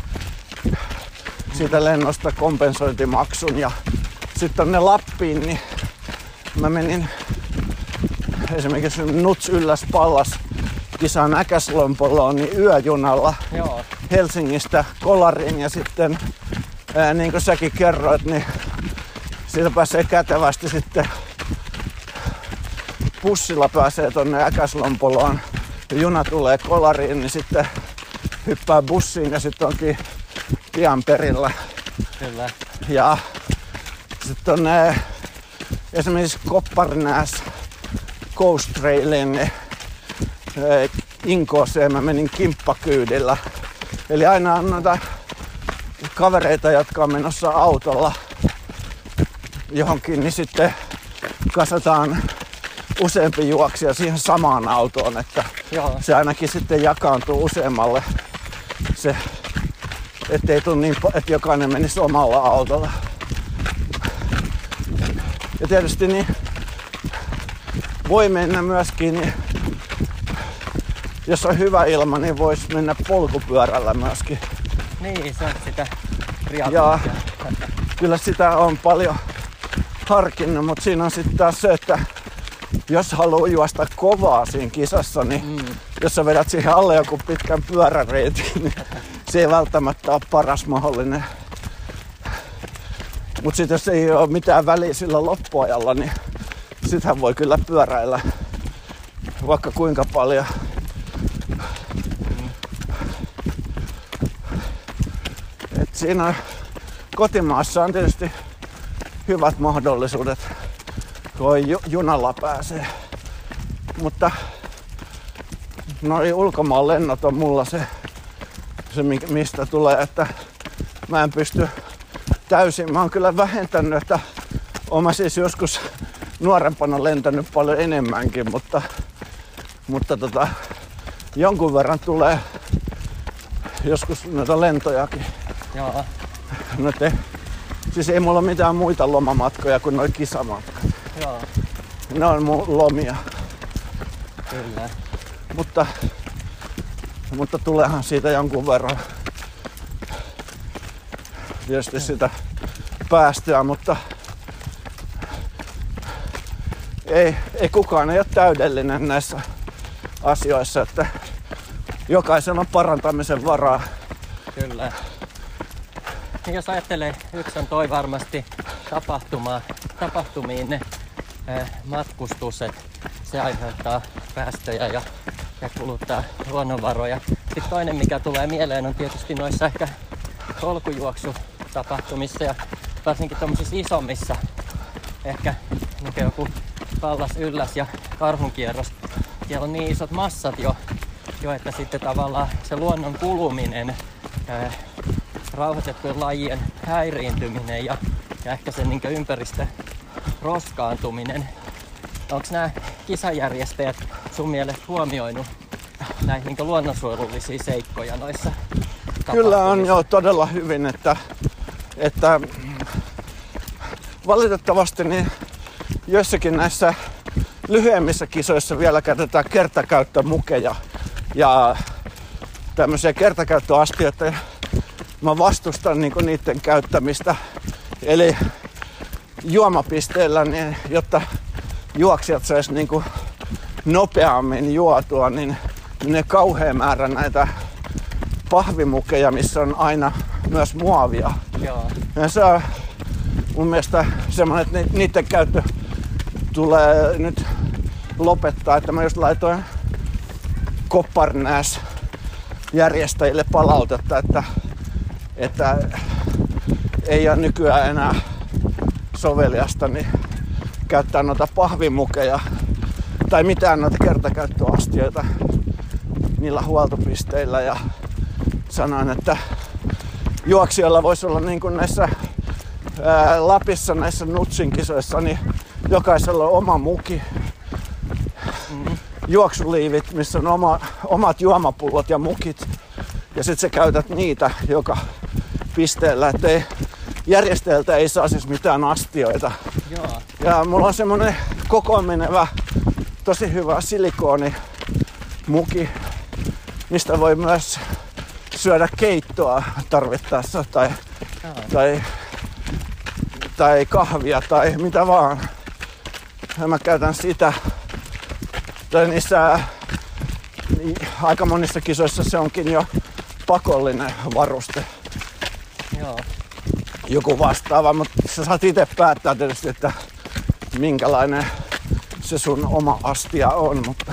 siitä lennosta kompensointimaksun, ja sitten tonne Lappiin, niin mä menin esimerkiksi Nuts Ylläs Pallas -kisan Äkäslompoloon niin yöjunalla. Joo. Helsingistä Kolariin, ja sitten niin kuin säkin kerroit, niin siitä pääsee kätevästi sitten bussilla pääsee tonne Äkäslompoloon. Juna tulee Kolariin, niin sitten hyppää bussiin ja sitten onkin pian perillä. Kyllä. Ja sitten tonne esimerkiksi Kopparnäs Coast Trailiin niin Inkooseen mä menin kimppakyydillä. Eli aina on noita kavereita, jotka on menossa autolla johonkin, niin sitten kasataan useampi juoksija siihen samaan autoon, että Joo. se ainakin sitten jakaantuu useammalle, se, ettei tule niin, että jokainen menisi omalla autolla. Ja tietysti niin voi mennä myöskin, niin jos on hyvä ilma, niin voisi mennä polkupyörällä myöskin. Niin, se on sitä Ja triatlonia. kyllä sitä on paljon harkinnut, mutta siinä on sitten taas se, että jos haluaa juosta kovaa siinä kisassa, niin jos sä vedät siihen alle joku pitkän pyöräreitin, niin se ei välttämättä ole paras mahdollinen. Mutta sitten jos ei ole mitään väliä sillä loppuajalla, niin sitähän voi kyllä pyöräillä vaikka kuinka paljon. Et siinä kotimaassa on tietysti hyvät mahdollisuudet, kun junalla pääsee. Mutta noi ulkomaan lennot on mulla se mistä tulee, että mä en pysty täysin. Mä oon kyllä vähentänyt, että oon mä siis joskus nuorempana lentänyt paljon enemmänkin, mutta jonkun verran tulee joskus noita lentojakin. Joo. Siis ei mulla ole mitään muita lomamatkoja kuin noi kisamatkat. Joo. Ne on mun lomia. Kyllä. Mutta tuleehan siitä jonkun verran tietysti sitä päästöä, mutta ei kukaan ei ole täydellinen näissä asioissa, että jokaisella on parantamisen varaa. Kyllä. Niin jos ajattelee, yksi on toi varmasti tapahtumiin ne matkustus, että se aiheuttaa päästöjä ja kuluttaa luonnonvaroja. Sitten toinen, mikä tulee mieleen, on tietysti noissa ehkä polkujuoksutapahtumissa ja varsinkin tommosissa isommissa, ehkä joku Pallas Ylläs ja Karhunkierros. Siellä on niin isot massat jo että sitten tavallaan se luonnon kuluminen, rauhoitettujen lajien häiriintyminen ja ehkä sen niin ympäristön roskaantuminen. Onko nämä kisajärjestäjät sun mielestä huomioinut näitä niin luonnonsuojelullisia seikkoja noissa tapahtumissa? Kyllä on jo todella hyvin, että valitettavasti niin joissakin näissä lyhyemmissä kisoissa vielä käytetään kertakäyttömukeja ja tämmöisiä kertakäyttöastioita. Mä vastustan niiden käyttämistä. Eli juomapisteellä, niin, jotta juoksijat sais nopeammin juotua, niin ne kauhea määrä näitä pahvimukeja, missä on aina myös muovia. Joo. Ja se on mun mielestä semmoinen, että niiden käyttö tulee nyt lopettaa. Että mä just laitoin Kopparnäs järjestäjille palautetta, että ei ole nykyään enää soveliasta niin käyttää noita pahvimukeja tai mitään noita kertakäyttöastioita niillä huoltopisteillä. Ja sanoin, että juoksijoilla voisi olla niin kuin näissä Lapissa näissä Nutsin kisoissa, niin jokaisella on oma muki, juoksuliivit, missä on omat juomapullot ja mukit. Ja sit sä käytät niitä joka pisteellä, ettei järjestäjältä ei saa siis mitään astioita. Joo. Ja mulla on semmonen kokoon menevä, tosi hyvä silikonimuki, mistä voi myös syödä keittoa tarvittaessa tai kahvia tai mitä vaan. Ja mä käytän sitä. Tai niissä aika monissa kisoissa se onkin jo pakollinen varuste. Joo. Joku vastaava, mutta sä saat itse päättää tietysti, että minkälainen se sun oma astia on, mutta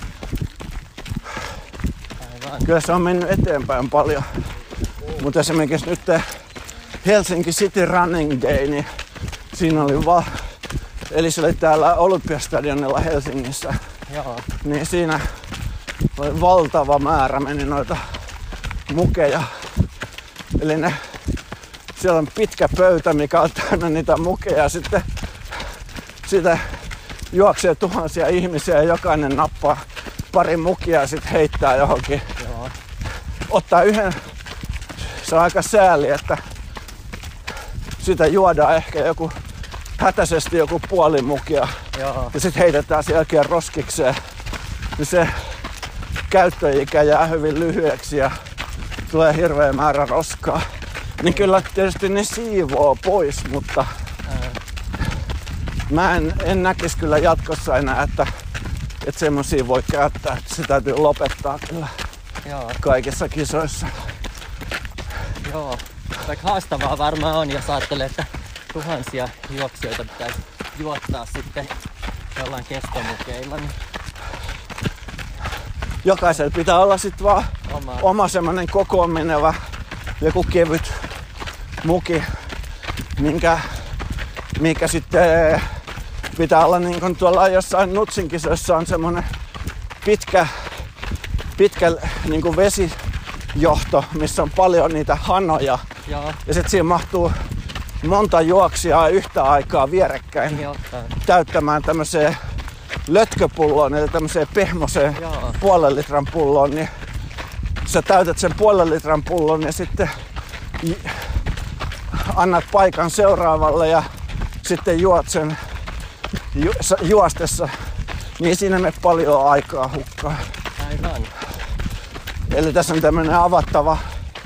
aivan. Kyllä se on mennyt eteenpäin paljon. Mutta esimerkiksi nyt Helsinki City Running Day, niin siinä oli eli se oli täällä Olympiastadionilla Helsingissä. Joo. Niin siinä oli valtava määrä meni noita mukeja. Eli siellä on pitkä pöytä, mikä on täynnä niitä mukeja. Sitten siitä juoksee tuhansia ihmisiä ja jokainen nappaa pari mukia ja sitten heittää johonkin. Joo. Ottaa yhden. Se on aika sääli, että sitä juodaan ehkä hätäisesti joku puoli mukia. Joo. Ja sitten heitetään sen jälkeen roskikseen. Ja se käyttöikä jää hyvin lyhyeksi ja tulee hirveä määrä roskaa. Niin kyllä tietysti ne siivoo pois, mutta mä en näkisi kyllä jatkossa enää, että semmosia voi käyttää. Että se täytyy lopettaa kyllä. Joo. Kaikissa kisoissa. Joo. Vaikka haastavaa varmaan on, jos ajattelee, että tuhansia juoksijoita pitäisi juottaa sitten jollain kestomukeilla. Niin jokaisella pitää olla sitten vaan oma semmonen kokoon menevä joku kevyt muki, minkä sitten pitää olla niin kuin tuolla jossain Nutsin kisoissa on semmonen pitkä niin kuin vesijohto, missä on paljon niitä hanoja. Joo. Ja sitten siinä mahtuu monta juoksijaa yhtä aikaa vierekkäin täyttämään tämmöiseen lötköpulloon, eli tämmöiseen pehmoseen puolen litran pulloon, niin sä täytät sen puolen litran pullon ja sitten annat paikan seuraavalle ja sitten juot sen juostessa, niin siinä me paljon aikaa hukkaa. Aivan. Eli tässä on tämmönen avattava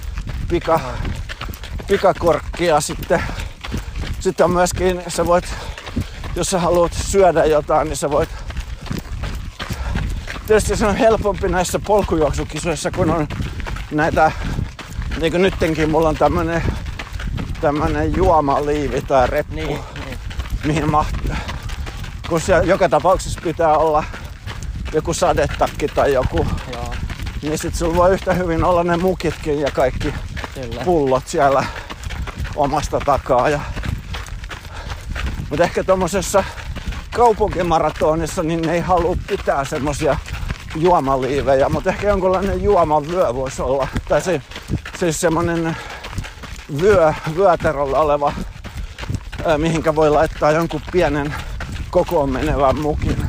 pikakorkki ja sitten on myöskin, sä voit, jos sä haluat syödä jotain, niin sä voit. Tietysti se on helpompi näissä polkujuoksukisoissa, kun on näitä, niin kuin nyttenkin mulla on tämmönen juomaliivi tai reppu, niin. Mihin mahtuu. Kun siellä joka tapauksessa pitää olla joku sadetakki tai joku, Joo. niin sit sulla voi yhtä hyvin olla ne mukitkin ja kaikki Kyllä. pullot siellä omasta takaa. Mutta ehkä tommosessa kaupunkimaratonissa niin ne ei halua pitää semmosia juomaliivejä, mutta ehkä jonkinlainen juomavyö voisi olla. Tai siis semmonen vyötäröllä oleva, mihinkä voi laittaa jonkun pienen kokoon menevän mukin.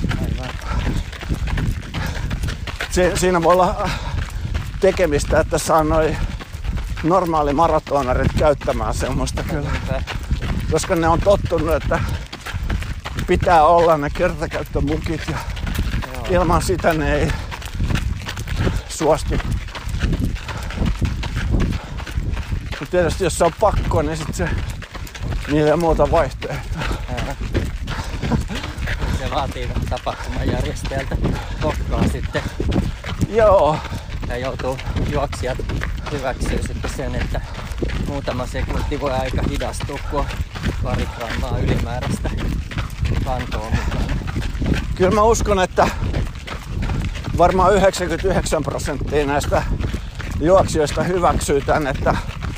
Siinä voi olla tekemistä, että saa noi normaali maratonarit käyttämään semmoista kyllä. Koska ne on tottunut, että pitää olla ne kertakäyttömukit ja ilman sitä ne ei suostu. Mutta tietysti jos se on pakko, niin sit niillä ei ole muuta vaihtoehtoa. Se vaatii tapahtumajärjestäjältä kokkaa sitten. Joo. Ja joutuu juoksijat hyväksyä sitten sen, että muutama sekunti voi aika hidastua, kun on pari grammaa ylimääräistä kantoa mukana. Kyllä mä uskon, että varmaan 99% näistä juoksijoista hyväksyy tän, että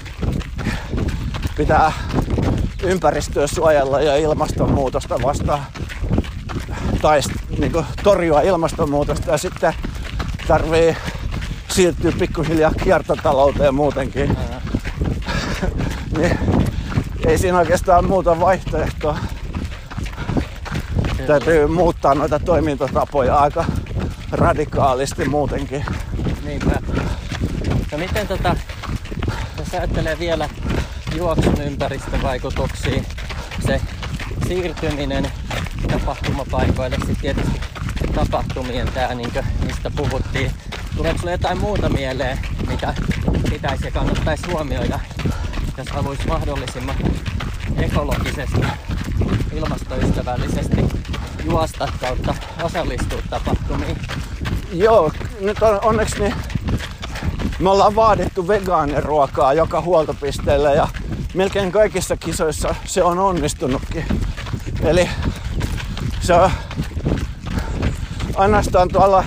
pitää ympäristöä suojella ja ilmastonmuutosta vastaan tai niin torjua ilmastonmuutosta ja sitten tarvii siirtyä pikkuhiljaa kiertotalouteen muutenkin. Niin, ei siinä oikeastaan muuta vaihtoehtoa. Täytyy muuttaa noita toimintatapoja aika radikaalisti muutenkin. Niinpä. No miten jos ajattelee vielä juoksun ympäristövaikutuksia, se siirtyminen tapahtumapaikoille, sitten tietysti tapahtumien mistä puhuttiin. Tuleeko sinulle jotain muuta mieleen, mitä pitäisi ja kannattaisi huomioida, jos haluaisi mahdollisimman ekologisesti, ilmastoystävällisesti juosta kautta osallistua tapahtumiin? Joo, nyt onneksi me ollaan vaadittu vegaaniruokaa joka huoltopisteelle ja melkein kaikissa kisoissa se on onnistunutkin. Eli se on ainoastaan tuolla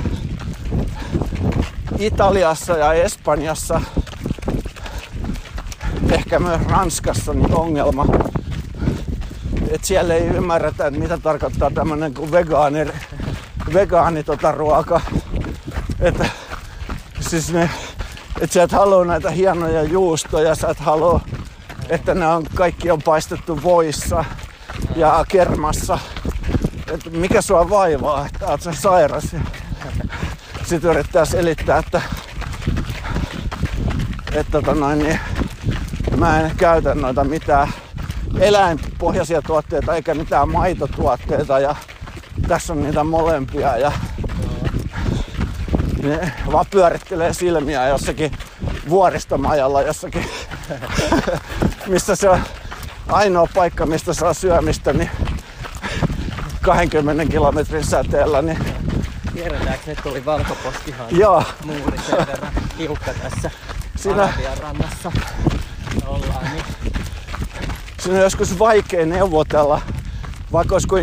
Italiassa ja Espanjassa, ehkä myös Ranskassa niin ongelma, että siellä ei ymmärretä, että mitä tarkoittaa tämmönen kuin vegaani ruoka. Että siis että sä et halua näitä hienoja juustoja, sä et halua, että ne kaikki on paistettu voissa ja kermassa. Että mikä sua vaivaa, että oot sä sairas. Sitten yrittää selittää, että mä en käytä noita mitään eläinpohjaisia tuotteita eikä mitään maitotuotteita ja tässä on niitä molempia ja ne vaan pyörittelee silmiä jossakin vuoristomajalla jossakin, missä se on ainoa paikka, mistä saa syömistä, niin 20 kilometrin säteellä. Niin tiedetäänkö, että tuli valkoposkihan muuri sen verran tiukka tässä Arabian rannassa ollaan. Niin. Siinä on joskus vaikea neuvotella, vaikka olisi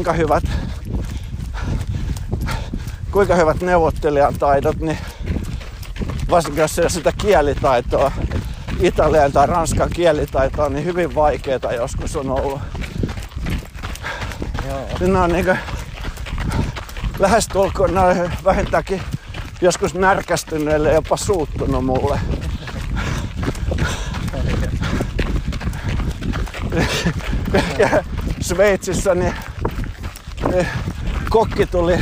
kuinka hyvät neuvottelijan taidot, niin varsinkin jos ei ole sitä kielitaitoa, italian tai ranskan kielitaitoa, niin hyvin vaikeaa joskus on ollut. Ne on niinku lähestulkoon, ne on vähintäänkin joskus närkästyneille jopa suuttunut mulle. Sveitsissä niin kokki tuli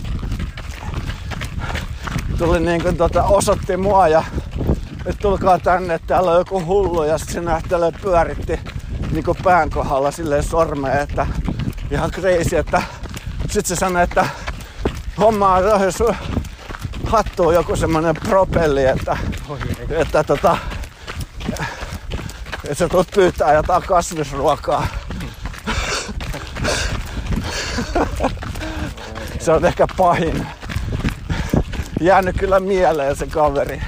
niin kuin osoitti mua ja että tulkaa tänne, että täällä on joku hullu ja sitten se nähtälee pyöritti niin kuin pään kohdalla silleen sormeen, että ihan crazy, että sit se sanoi, että homma on hattuun joku semmonen propelli, että sä tulet pyytää jotain kasvisruokaa. Se on ehkä pahin. Jäänyt kyllä mieleen se kaveri.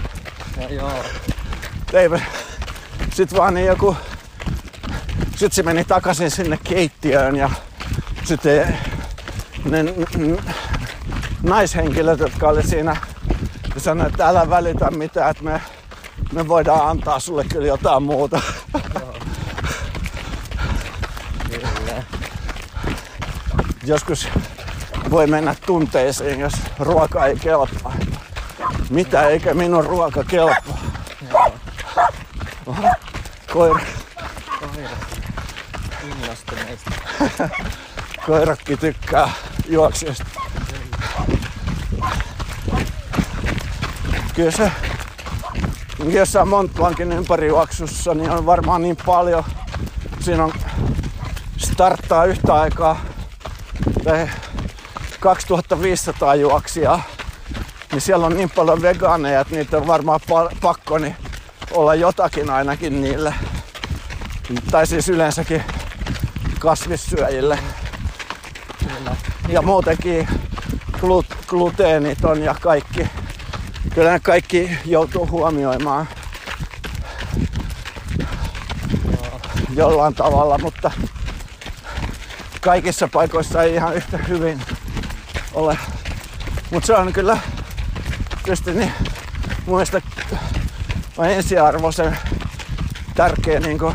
Sit vaan niin joku. Sit se meni takaisin sinne keittiöön ja sitten ne naishenkilöt, jotka oli siinä, sanoi, että älä välitä mitään, että me voidaan antaa sulle kyllä jotain muuta. Kyllä. joskus voi mennä tunteisiin, jos ruoka ei kelpaa. Mitä eikä minun ruoka kelpaa? Oho, koira. Innostuneista. Koirakki tykkää juoksijasta. Kyllä se jossain Mont Blancin ympärijuoksussa niin on varmaan niin paljon. Siinä on starttaa yhtä aikaa 2500 juoksijaa. Niin siellä on niin paljon vegaaneja, että niitä on varmaan pakko niin olla jotakin ainakin niille. Tai siis yleensäkin kasvissyöjille. Kyllä. Ja muutenkin gluteeniton ja kaikki. Kyllä ne kaikki joutuu huomioimaan jollain tavalla, mutta kaikissa paikoissa ei ihan yhtä hyvin ole. Mutta se on kyllä tietysti niin, mun mielestä ensiarvoisen tärkeä, niin kuin,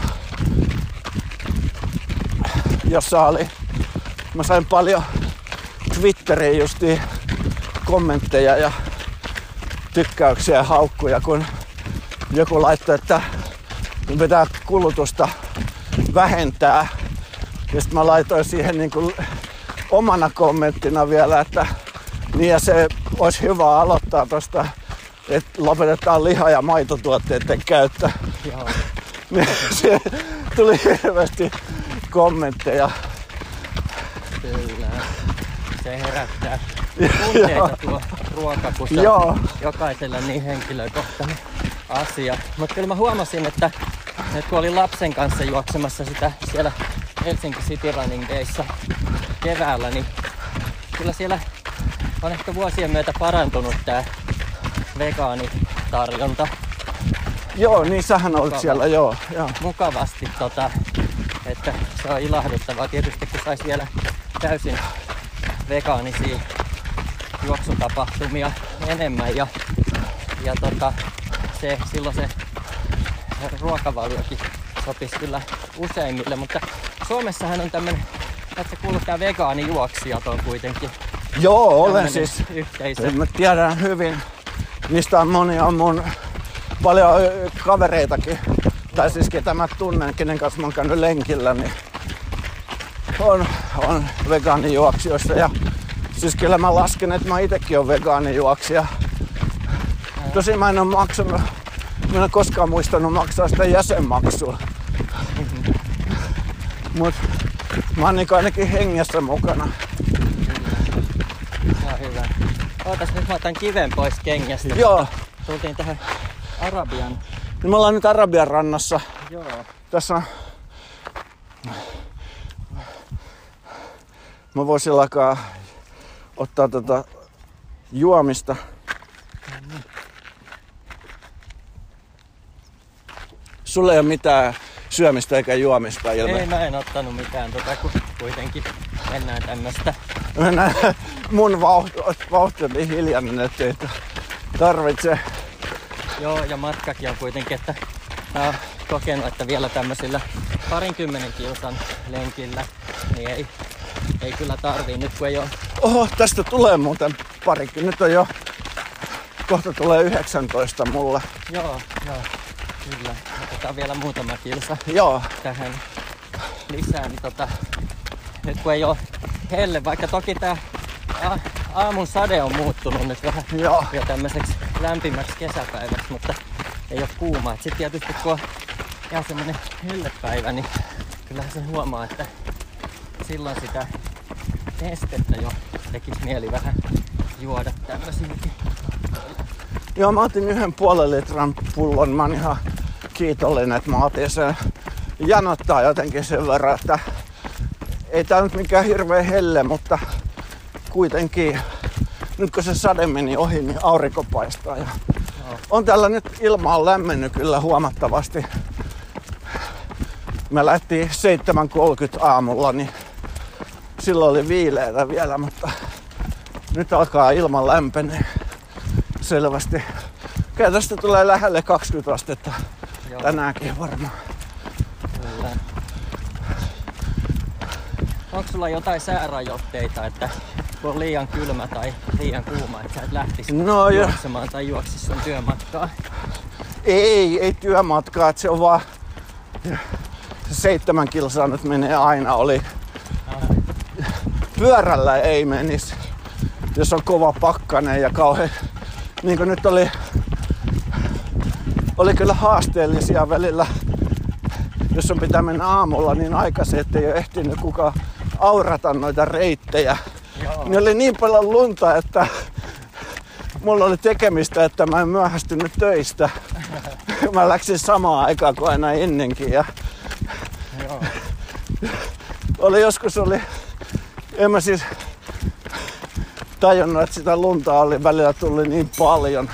jossa oli, mä sain paljon Twitteriin justiin kommentteja ja tykkäyksiä ja haukkuja, kun joku laittoi, että pitää kulutusta vähentää. Ja sitten mä laitoin siihen niin kuin omana kommenttina vielä, että niin ja se olisi hyvä aloittaa tosta, että lopetetaan liha- ja maitotuotteiden käyttö. Joo. Se tuli hirveästi kommentteja. Kyllä. Se herättää tunteita tuo ruoka, kun se on jokaiselle niin henkilökohtainen asia. Mutta kyllä mä huomasin, että kun olin lapsen kanssa juoksemassa sitä siellä Helsinki City Running Dayssa keväällä, niin kyllä siellä on ehkä vuosien myötä parantunut tää vegaanitarjonta. Joo, niin sähän olit siellä, joo. Mukavasti, että se on ilahduttavaa tietysti, kun sais vielä täysin vegaanisia juoksutapahtumia enemmän ja silloin se ruokavaliokin sopisi kyllä useimmille, mutta Suomessahan on tämmönen, että se kuuluu tää vegaanijuoksijat on kuitenkin. Joo, olen siis. Yhteisö. Mä tiedän hyvin. Niistä on monia mun paljon kavereitakin. Tai siis ketä mä tunnen, kenen kanssa mä oon käynyt lenkillä, niin on vegaanijuoksijoissa. Ja siis kyllä mä lasken, että mä itekin oon vegaanijuoksija. Tosin mä en oo maksanut, mä en ole koskaan muistanut maksaa sitä jäsenmaksua. Mut mä oon niin ainakin hengessä mukana. Se on hyvä. Ootas nyt mä otan kiven pois kengästä. Joo. Tultiin tähän Arabian. Me ollaan nyt Arabian rannassa. Joo. Tässä on... Mä voisin alkaa ottaa juomista. Sulla ei ole mitään syömistä eikä juomista ilmeisesti. Ei, mä en ottanut mitään kun kuitenkin mennään tämmöstä. Mennään mun vauhti on niin hiljainen, ettei tarvitse. Joo, ja matkakin on kuitenkin, että mä oon kokenut, että vielä tämmöisillä 20 kilsan lenkillä, niin ei kyllä tarvii nyt kun ei oo. Oho, tästä tulee muuten parikin. Nyt on jo, kohta tulee 19 mulle. Joo, kyllä. Otetaan vielä muutama kilsa tähän lisää, niin nyt kun ei oo helle, vaikka toki tää aamun sade on muuttunut nyt vähän jo tämmöiseksi lämpimäksi kesäpäiväksi, mutta ei oo kuuma. Et sit tietysti kun on ihan semmonen hellepäivä, niin kyllähän se huomaa, että silloin sitä nestettä jo tekis mieli vähän juoda tämmöisiäkin. Joo, mä otin 1,5 litran pullon. Mä oon ihan kiitollinen, että mä otin sen. Janottaa jotenkin sen verran, että ei tää nyt mikään hirveä helle, mutta kuitenkin nyt kun se sade meni ohi, niin aurinko paistaa. Ja on täällä nyt ilma on lämmennyt kyllä huomattavasti. Me lähtiin 7:30 aamulla, niin silloin oli viileitä vielä, mutta nyt alkaa ilman lämpenee selvästi. Kyllä tästä tulee lähelle 20 astetta tänäänkin varmaan. Kyllä. onko sulla jotain säärajoitteita, että kun on liian kylmä tai liian kuuma, että sä et lähtisi juoksemaan tai juoksisi sun työmatkaa? Ei työmatkaa, että se on vaan 7 kilsaa nyt menee aina oli. Pyörällä ei menisi, jos on kova pakkanen ja kauhean. Niin kuin nyt oli kyllä haasteellisia välillä, jos on pitää mennä aamulla niin aikaisin, ettei ole ehtinyt kukaan aurata noita reittejä. Niin oli niin paljon lunta, että mulla oli tekemistä, että mä en myöhästynyt töistä. Mä läksin samaan aikaan kuin aina ennenkin. Ja en mä siis tajunnut, että sitä lunta oli välillä tuli niin paljon.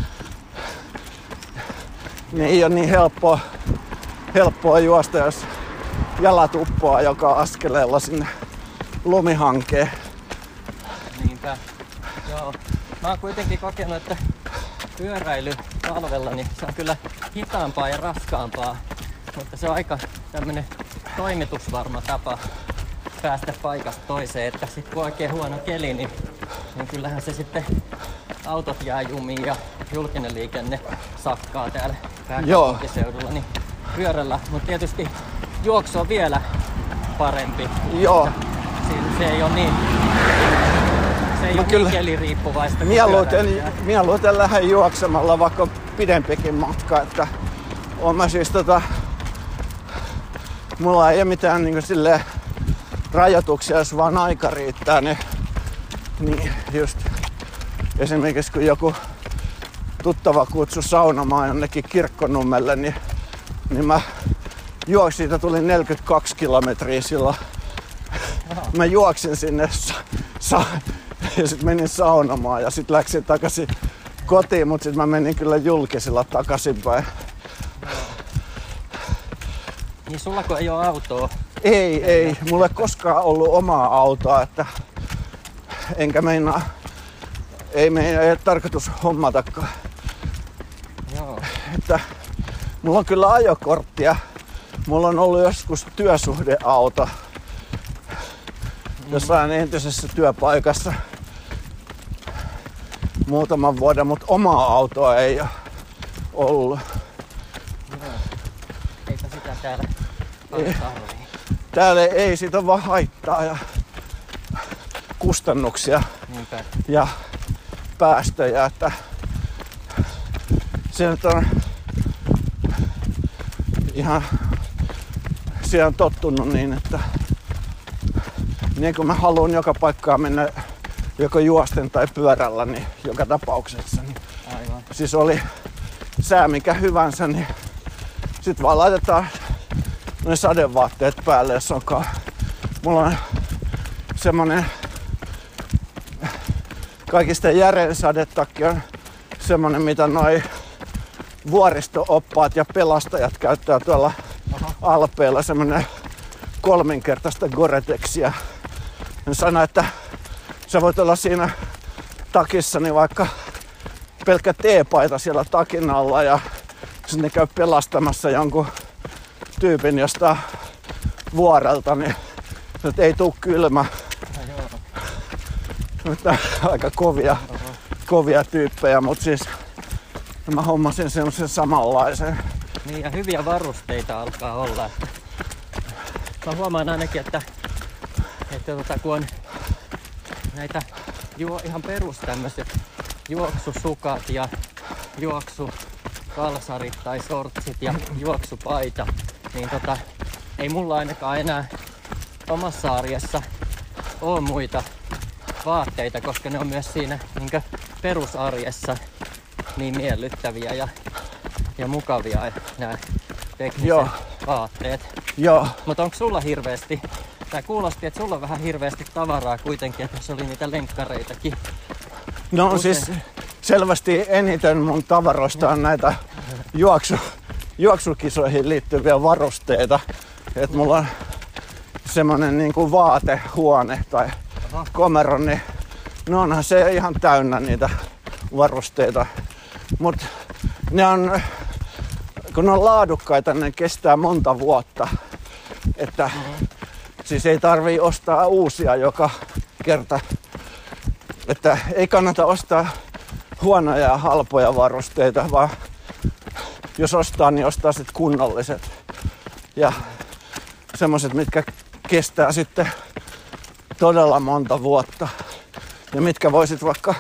Niin ei ole niin helppoa juosta, jos jalat uppoaa joka askeleella sinne lumihankeen. Niinpä. Joo. Mä oon kuitenkin kokenut, että pyöräily talvella, niin se on kyllä hitaampaa ja raskaampaa. Mutta se on aika tämmönen toimitusvarma tapa päästä paikasta toiseen, että sit kun on oikein huono keli, niin kyllähän se sitten autot jää jumiin ja julkinen liikenne sakkaa täällä pääkaupunkiseudulla, niin pyörällä, mutta tietysti juoksu on vielä parempi. Joo. Se ei ole niin keliriippuvaista. Mieluiten lähden juoksemalla, vaikka pidempikin matka, että on mä siis mulla ei ole mitään niin silleen rajoituksia, jos vaan aika riittää, niin just esimerkiksi kun joku tuttava kutsui saunomaan jonnekin Kirkkonummelle, niin mä juoksin, siitä tuli 42 kilometriä silloin. Mä juoksin sinne ja sit menin saunomaan ja sit läksin takaisin kotiin, mut sit mä menin kyllä julkisilla takaisinpäin. Niin sullako ei ole autoa? Ei. Mulla ei koskaan ollut omaa autoa, että enkä meinaa, ei ole tarkoitus hommatakaan. Joo. Että mulla on kyllä ajokorttia. Mulla on ollut joskus työsuhdeauto jossain entisessä työpaikassa muutaman vuoden, mutta omaa autoa ei ole ollut. Joo. Eipä sitä täällä tarvii. Täällä ei, siitä on vaan haittaa ja kustannuksia. Niinpä. Ja päästöjä, että se nyt on ihan siihen on tottunut niin, että niin kun mä haluan joka paikkaan mennä joko juosten tai pyörällä, niin joka tapauksessa. Niin aivan. Siis oli sää mikä hyvänsä, niin sit vaan laitetaan ne sadevaatteet päälle, jos onkaan. Mulla on semmonen kaikista järein sadetakki on semmonen, mitä noi vuoristo-oppaat ja pelastajat käyttää tuolla Alpeilla, semmonen 3-kertaista Gore-Texia. Ne sanoo, että sä voit olla siinä takissani vaikka pelkkä teepaita siellä takin alla ja sitten ne käy pelastamassa jonkun tyypin jostain vuorelta, niin ei tuu kylmä. Mutta aika kovia tyyppejä, mutta siis mä hommasin semmoisen samanlaisen. Niin ja hyviä varusteita alkaa olla. Mä huomaan ainakin, että kun on näitä ihan perus tämmöiset juoksusukat ja juoksukalsarit tai sortsit ja juoksupaita, niin ei mulla ainakaan enää omassa arjessa ole muita vaatteita, koska ne on myös siinä niinkö perusarjessa niin miellyttäviä ja mukavia nämä tekniset vaatteet. Joo. Mutta onko sulla hirveästi, tai kuulosti, että sulla on vähän hirveästi tavaraa kuitenkin, että se oli niitä lenkkareitakin. No siis selvästi eniten mun tavaroista on näitä juoksukisoihin liittyviä varusteita. Että mulla on semmonen niinku vaatehuone tai komero, niin no onhan se ihan täynnä niitä varusteita. Mut ne on, kun ne on laadukkaita, ne kestää monta vuotta. Että Siis ei tarvii ostaa uusia joka kerta. Että ei kannata ostaa huonoja ja halpoja varusteita, vaan jos ostaa, niin ostaa sitten kunnolliset. Ja semmoset, mitkä kestää sitten todella monta vuotta. Ja mitkä voisit vaikka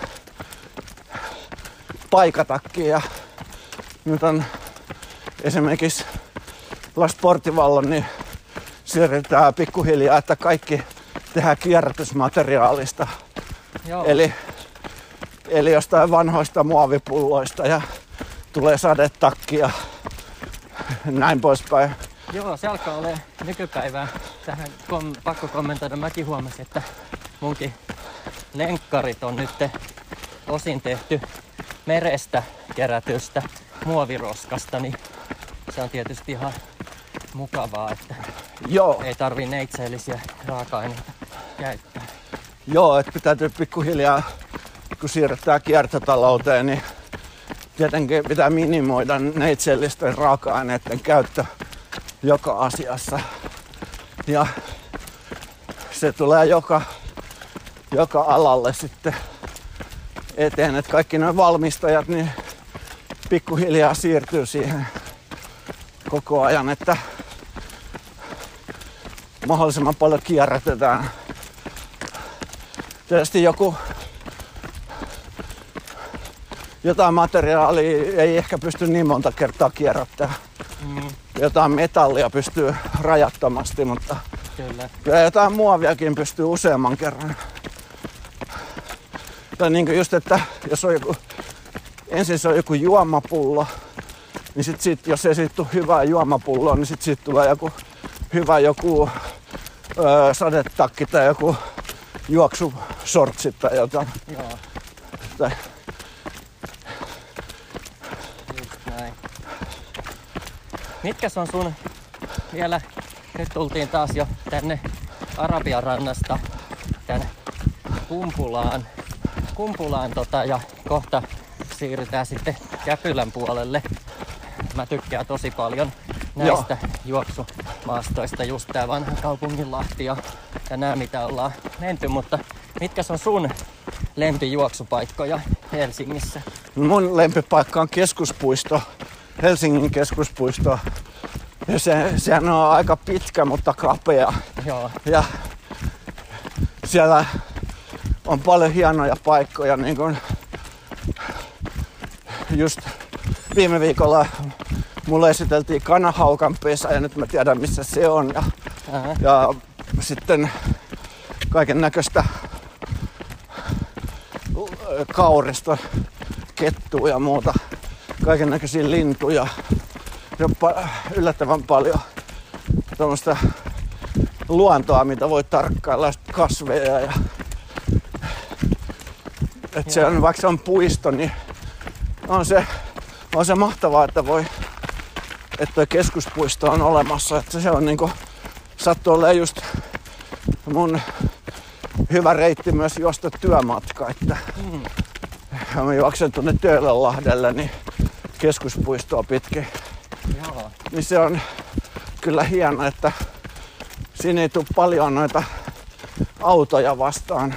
paikatakin. Ja nyt on esimerkiksi Sportivallon, niin siirrytään pikkuhiljaa, että kaikki tehdään kierrätysmateriaalista. Joo. Eli jostain vanhoista muovipulloista ja tulee sadetakki ja näin poispäin. Joo, se alkaa olla nykypäivää. Tähän pakko kommentoida. Mäkin huomasin, että munkin lenkkarit on nyt osin tehty merestä kerätystä muoviroskasta, niin se on tietysti ihan mukavaa, että Joo. ei tarvii neitseellisiä raaka-aineita käyttää. Joo, että täytyy pikkuhiljaa, kun siirrytään kiertotalouteen, niin tietenkin pitää minimoida neitseellisten raaka-aineiden käyttö joka asiassa. Ja se tulee joka alalle sitten eteen, että kaikki nuo valmistajat niin pikkuhiljaa siirtyy siihen koko ajan, että mahdollisimman paljon kierrätetään. Tietysti jotain materiaalia ei ehkä pysty niin monta kertaa kierrättämään. Jotain metallia pystyy rajattomasti, mutta Kyllä. jotain muoviakin pystyy useamman kerran. Tai niin kuin just, että jos on ensin se on joku juomapullo, niin sit jos ei siitä tule hyvää juomapulloa, niin siitä tulee joku hyvä sadetakki tai joku juoksusortsit tai jotain. Joo. Tai Just näin. Mitkäs on sun vielä, nyt tultiin taas jo tänne Arabian rannasta tän Kumpulaan ja kohta siirrytään sitten Käpylän puolelle. Mä tykkään tosi paljon näistä juoksumaastoista, just tää vanha kaupunginlahti ja nää mitä ollaan menty, mutta mitkä on sun lempijuoksupaikkoja Helsingissä? mun lempipaikka on keskuspuisto, Helsingin keskuspuisto. Ja sehän on aika pitkä, mutta kapea. Joo. Ja siellä on paljon hienoja paikkoja, niin kuin just viime viikolla mulle esiteltiin kanahaukan pesä ja nyt mä tiedän missä se on. Ja sitten kaiken näköistä kaurista, kettua ja muuta, kaiken näköisiä lintuja. Jopa yllättävän paljon tuommoista luontoa, mitä voi tarkkailla, kasveja. Ja että se on, vaikka se on puisto, niin on se mahtavaa, että toi keskuspuisto on olemassa. Että se on niinku, sattuu olemaan just mun hyvä reitti myös juosta työmatka. Että mä juoksen tuonne Töölönlahdelle, niin keskuspuistoa pitkin. Joo. Niin se on kyllä hieno, että siinä ei tule paljon noita autoja vastaan.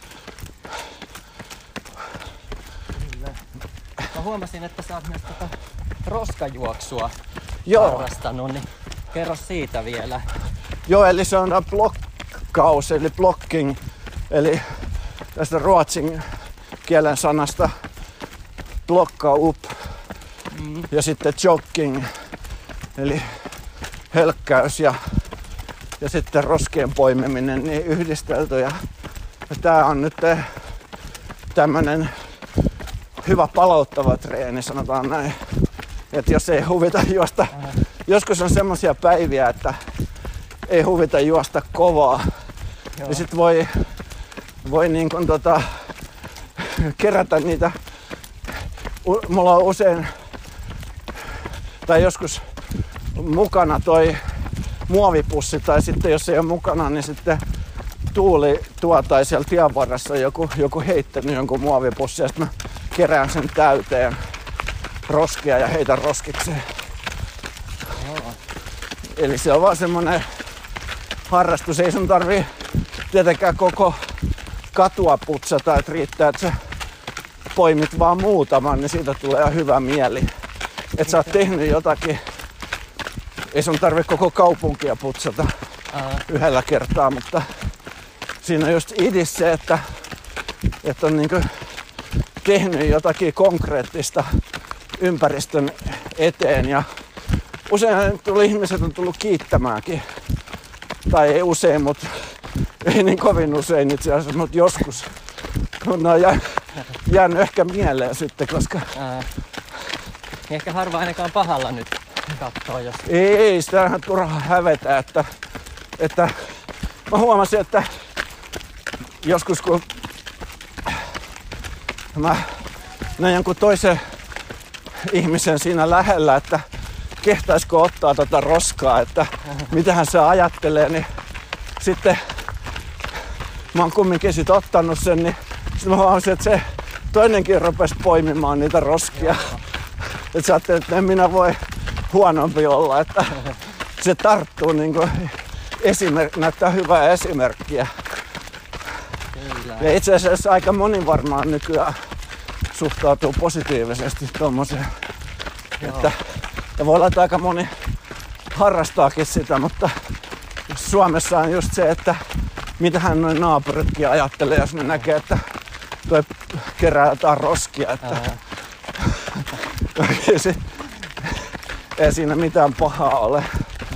Kyllä. Mä huomasin, että sä oot myös roskajuoksua harrastanut, niin kerro siitä vielä. Joo, eli se on blokkaus, eli blocking, eli tästä ruotsin kielen sanasta blocka up ja sitten jogging, eli hölkkäys ja sitten roskien poimiminen niin yhdistelty. Ja tää on nyt tämmönen hyvä palauttava treeni, sanotaan näin. Että jos ei huvita juosta, joskus on semmosia päiviä, että ei huvita juosta kovaa, niin sit voi niin kuin kerätä niitä. Mulla on usein, tai joskus mukana toi muovipussi, tai sitten jos ei ole mukana, niin sitten Tuuli tuo tai siellä tien varressa joku heittänyt jonkun muovipussin, ja sitten mä kerään sen täyteen roskia ja heitän roskikseen. Joo. Eli se on vaan semmonen harrastus. Ei sun tarvii tietenkään koko katua putsata, että riittää, että sä poimit vaan muutaman, niin siitä tulee hyvä mieli. Että sä oot tehnyt jotakin. Ei sun tarvii koko kaupunkia putsata yhdellä kertaa, mutta siinä on just idis se, että on niinku tehnyt jotakin konkreettista ympäristön eteen. Ja usein ihmiset on tullut kiittämäänkin. Tai ei usein, mutta ei niin kovin usein itse asiassa, mutta joskus. Ne on jäänyt ehkä mieleen sitten, koska... Ehkä harva ainakaan pahalla nyt kattoo, jos... Ei, sitä on turha hävetä, että mä huomasin, että joskus kun mä näin jonkun toisen ihmisen siinä lähellä, että kehtaisiko ottaa tota roskaa, että mitähän se ajattelee, niin sitten mä oon kumminkin sit ottanut sen, niin sitten mä huomasin, että se toinenkin rupesi poimimaan niitä roskia. Että sä ajattelet, että en minä voi huonompi olla, että se tarttuu niinku näyttää hyvää esimerkkiä. Kyllä. Ja itse asiassa aika moni varmaan nykyään suhtautuu positiivisesti tommoseen. Ja voi olla, että aika moni harrastaakin sitä, mutta Suomessa on just se, että mitähän noin naapuritkin ajattelee, jos ne näkee, että toi kerää jotain roskia. Että ei siinä mitään pahaa ole.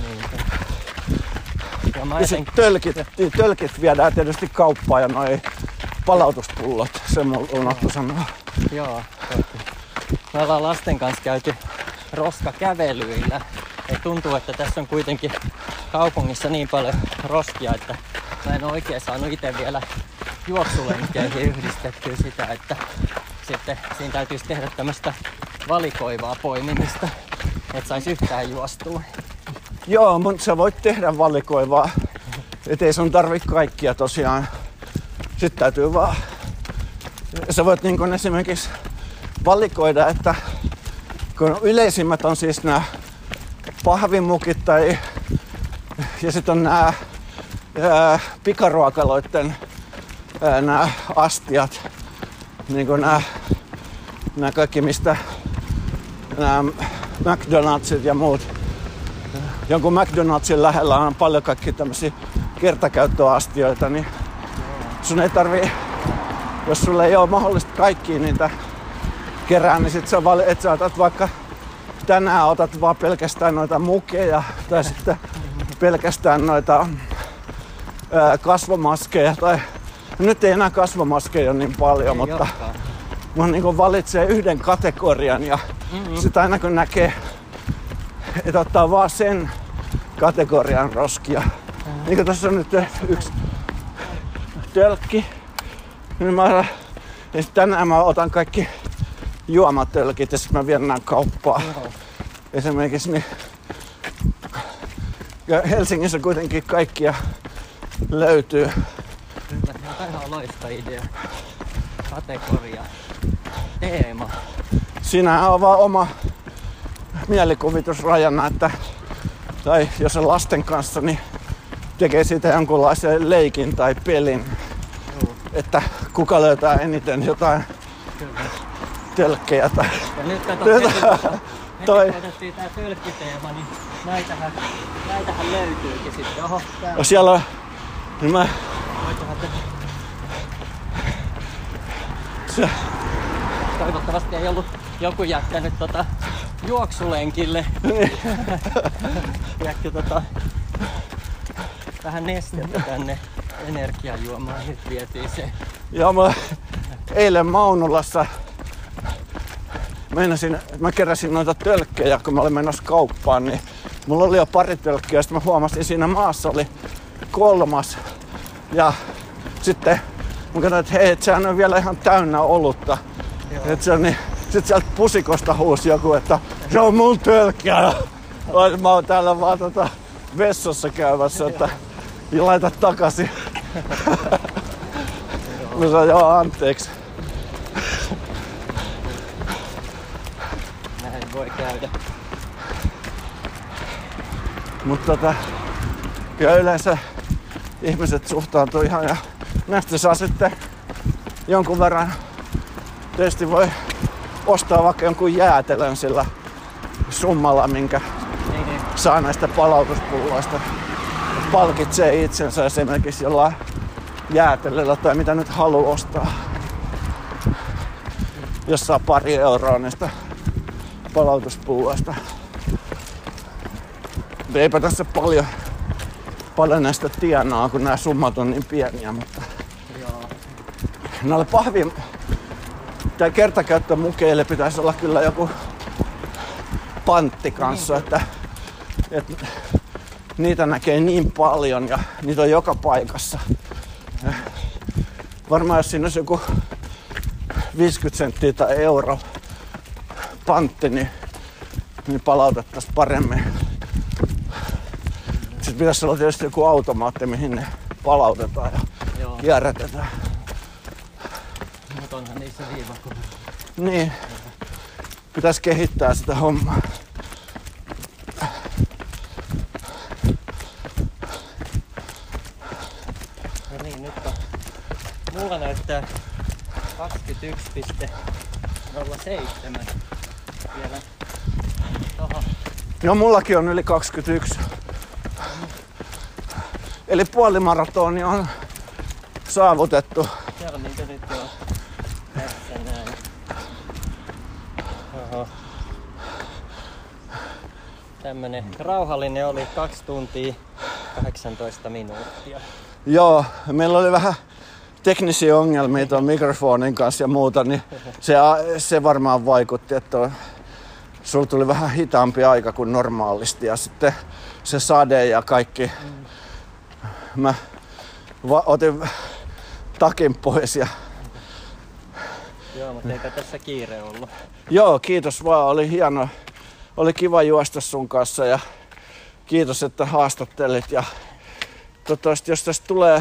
Ja sit tölkit viedään tietysti kauppaan ja noi palautuspullot, se mun unohtu sanoa. Joo, toki. Me ollaan lasten kanssa käyty roskakävelyillä. Ja tuntuu, että tässä on kuitenkin kaupungissa niin paljon roskia, että mä en oikein saanut itse vielä juoksulenkkeihin yhdistettyä sitä, että sitten siinä täytyisi tehdä tämmöistä valikoivaa poimimista, et sais yhtään juostua. Joo, mutta sä voit tehdä valikoivaa, ettei sun tarvi kaikkia tosiaan. Sitten täytyy vaan, sä voit niin kun esimerkiksi valikoida, että kun yleisimmät on siis nämä pahvimukit ja sitten on nämä pikaruokaloiden nämä astiat, niin kuin nämä kaikki mistä nämä McDonaldsit ja muut. Jonkun McDonaldsin lähellä on paljon kaikki tämmöisiä kertakäyttöastioita, niin sun ei tarvii, jos sulle ei ole mahdollista kaikkia niitä kerää, niin sit sä otat vaikka tänään otat vaan pelkästään noita mukeja tai sitten pelkästään noita kasvomaskeja tai nyt ei enää kasvomaskeja ole niin paljon, mutta mä niin valitsee yhden kategorian ja sit aina kun näkee, että ottaa vaan sen kategorian roskia. Niin kuin tässä on nyt yksi tölkki, niin ja tänään mä otan kaikki juomatölkit ja sitten mä vien nää kauppaan. Esimerkiksi niin, ja Helsingissä kuitenkin kaikkia löytyy. Kyllä, se on ihan loistava idea. Kategoria, teema. Siinä on vaan oma mielikuvitusrajana, että tai jos on lasten kanssa, niin tekee siitä jonkunlaisen leikin tai pelin. Että kuka löytää eniten jotain tölkkejä. Ja nyt otettiin tää tölkkiteema, niin näitähän löytyykin sitten. Oho, täällä. Siellä on, niin mä... Toivottavasti ei ollut joku jättänyt juoksulenkille. Jätkö vähän nestettä tänne energiajuomaan, nyt vietiin se. Joo, eilen Maunulassa mä keräsin noita tölkkejä, kun mä olin menossa kauppaan, niin mulla oli jo pari tölkkiä, ja sitten mä huomasin, että siinä maassa oli kolmas. Ja sitten mä katsoin, että hei, sehän on vielä ihan täynnä olutta. Niin, sitten sieltä pusikosta huusi joku, että se on mun tölkkiä. Mä oon täällä vaan vessassa käymässä, että laita takaisin. Mä sanoin, joo, anteeksi. Näin voi käydä. Mutta ja yleensä ihmiset suhtautuu ihan ja näistä saa sitten jonkun verran. Tietysti voi ostaa vaikka jonkun jäätelön sillä summalla, minkä saa näistä palautuspulloista. Palkitsee itsensä esimerkiksi jollain jäätelöllä tai mitä nyt haluaa ostaa. Jos saa pari euroa niistä palautuspulloista. Eipä tässä paljon näistä tienaa, kun nämä summat on niin pieniä, mutta näille pahvin tai kertakäyttömukeille pitäisi olla kyllä joku pantti kanssa, että niitä näkee niin paljon ja niitä on joka paikassa. Ja varmaan jos siinä olisi joku 50 senttiä tai euro pantti, niin palautettaisiin paremmin. Sitten pitäisi olla tietysti joku automaatti, mihin ne palautetaan ja kierrätetään. Mutta onhan niissä viivakoneja. Niin. Pitäisi kehittää sitä hommaa. No niin, nyt on. Mulla näyttää 21,07 vielä tohon. No mullakin on yli 21. Eli puolimaratoni on saavutettu. Se on niitä nyt jo tässä näin. Oho. Tämmönen rauhallinen oli 2 tuntia 18 minuuttia. Joo, meillä oli vähän teknisiä ongelmia tuon mikrofonin kanssa ja muuta, niin se varmaan vaikutti, että sulla tuli vähän hitaampi aika kuin normaalisti ja sitten se sade ja kaikki. Mä otin takin pois ja... Joo, mutta eipä tässä kiire ollut. Joo, kiitos vaan. Oli hieno. Oli kiva juosta sun kanssa ja kiitos, että haastattelit. Ja toivottavasti, jos tästä tulee,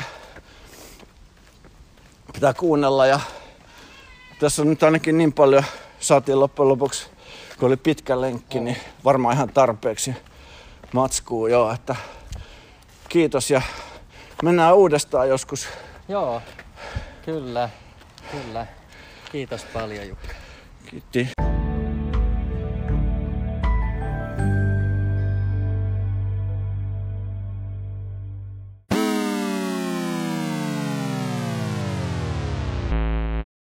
pitää kuunnella. Ja tässä on nyt ainakin niin paljon, saatiin loppujen lopuksi, kun oli pitkä lenkki, niin varmaan ihan tarpeeksi matskuu. Joo, että kiitos ja mennään uudestaan joskus. Joo, kyllä. Kiitos paljon, Jukka. Kiitos.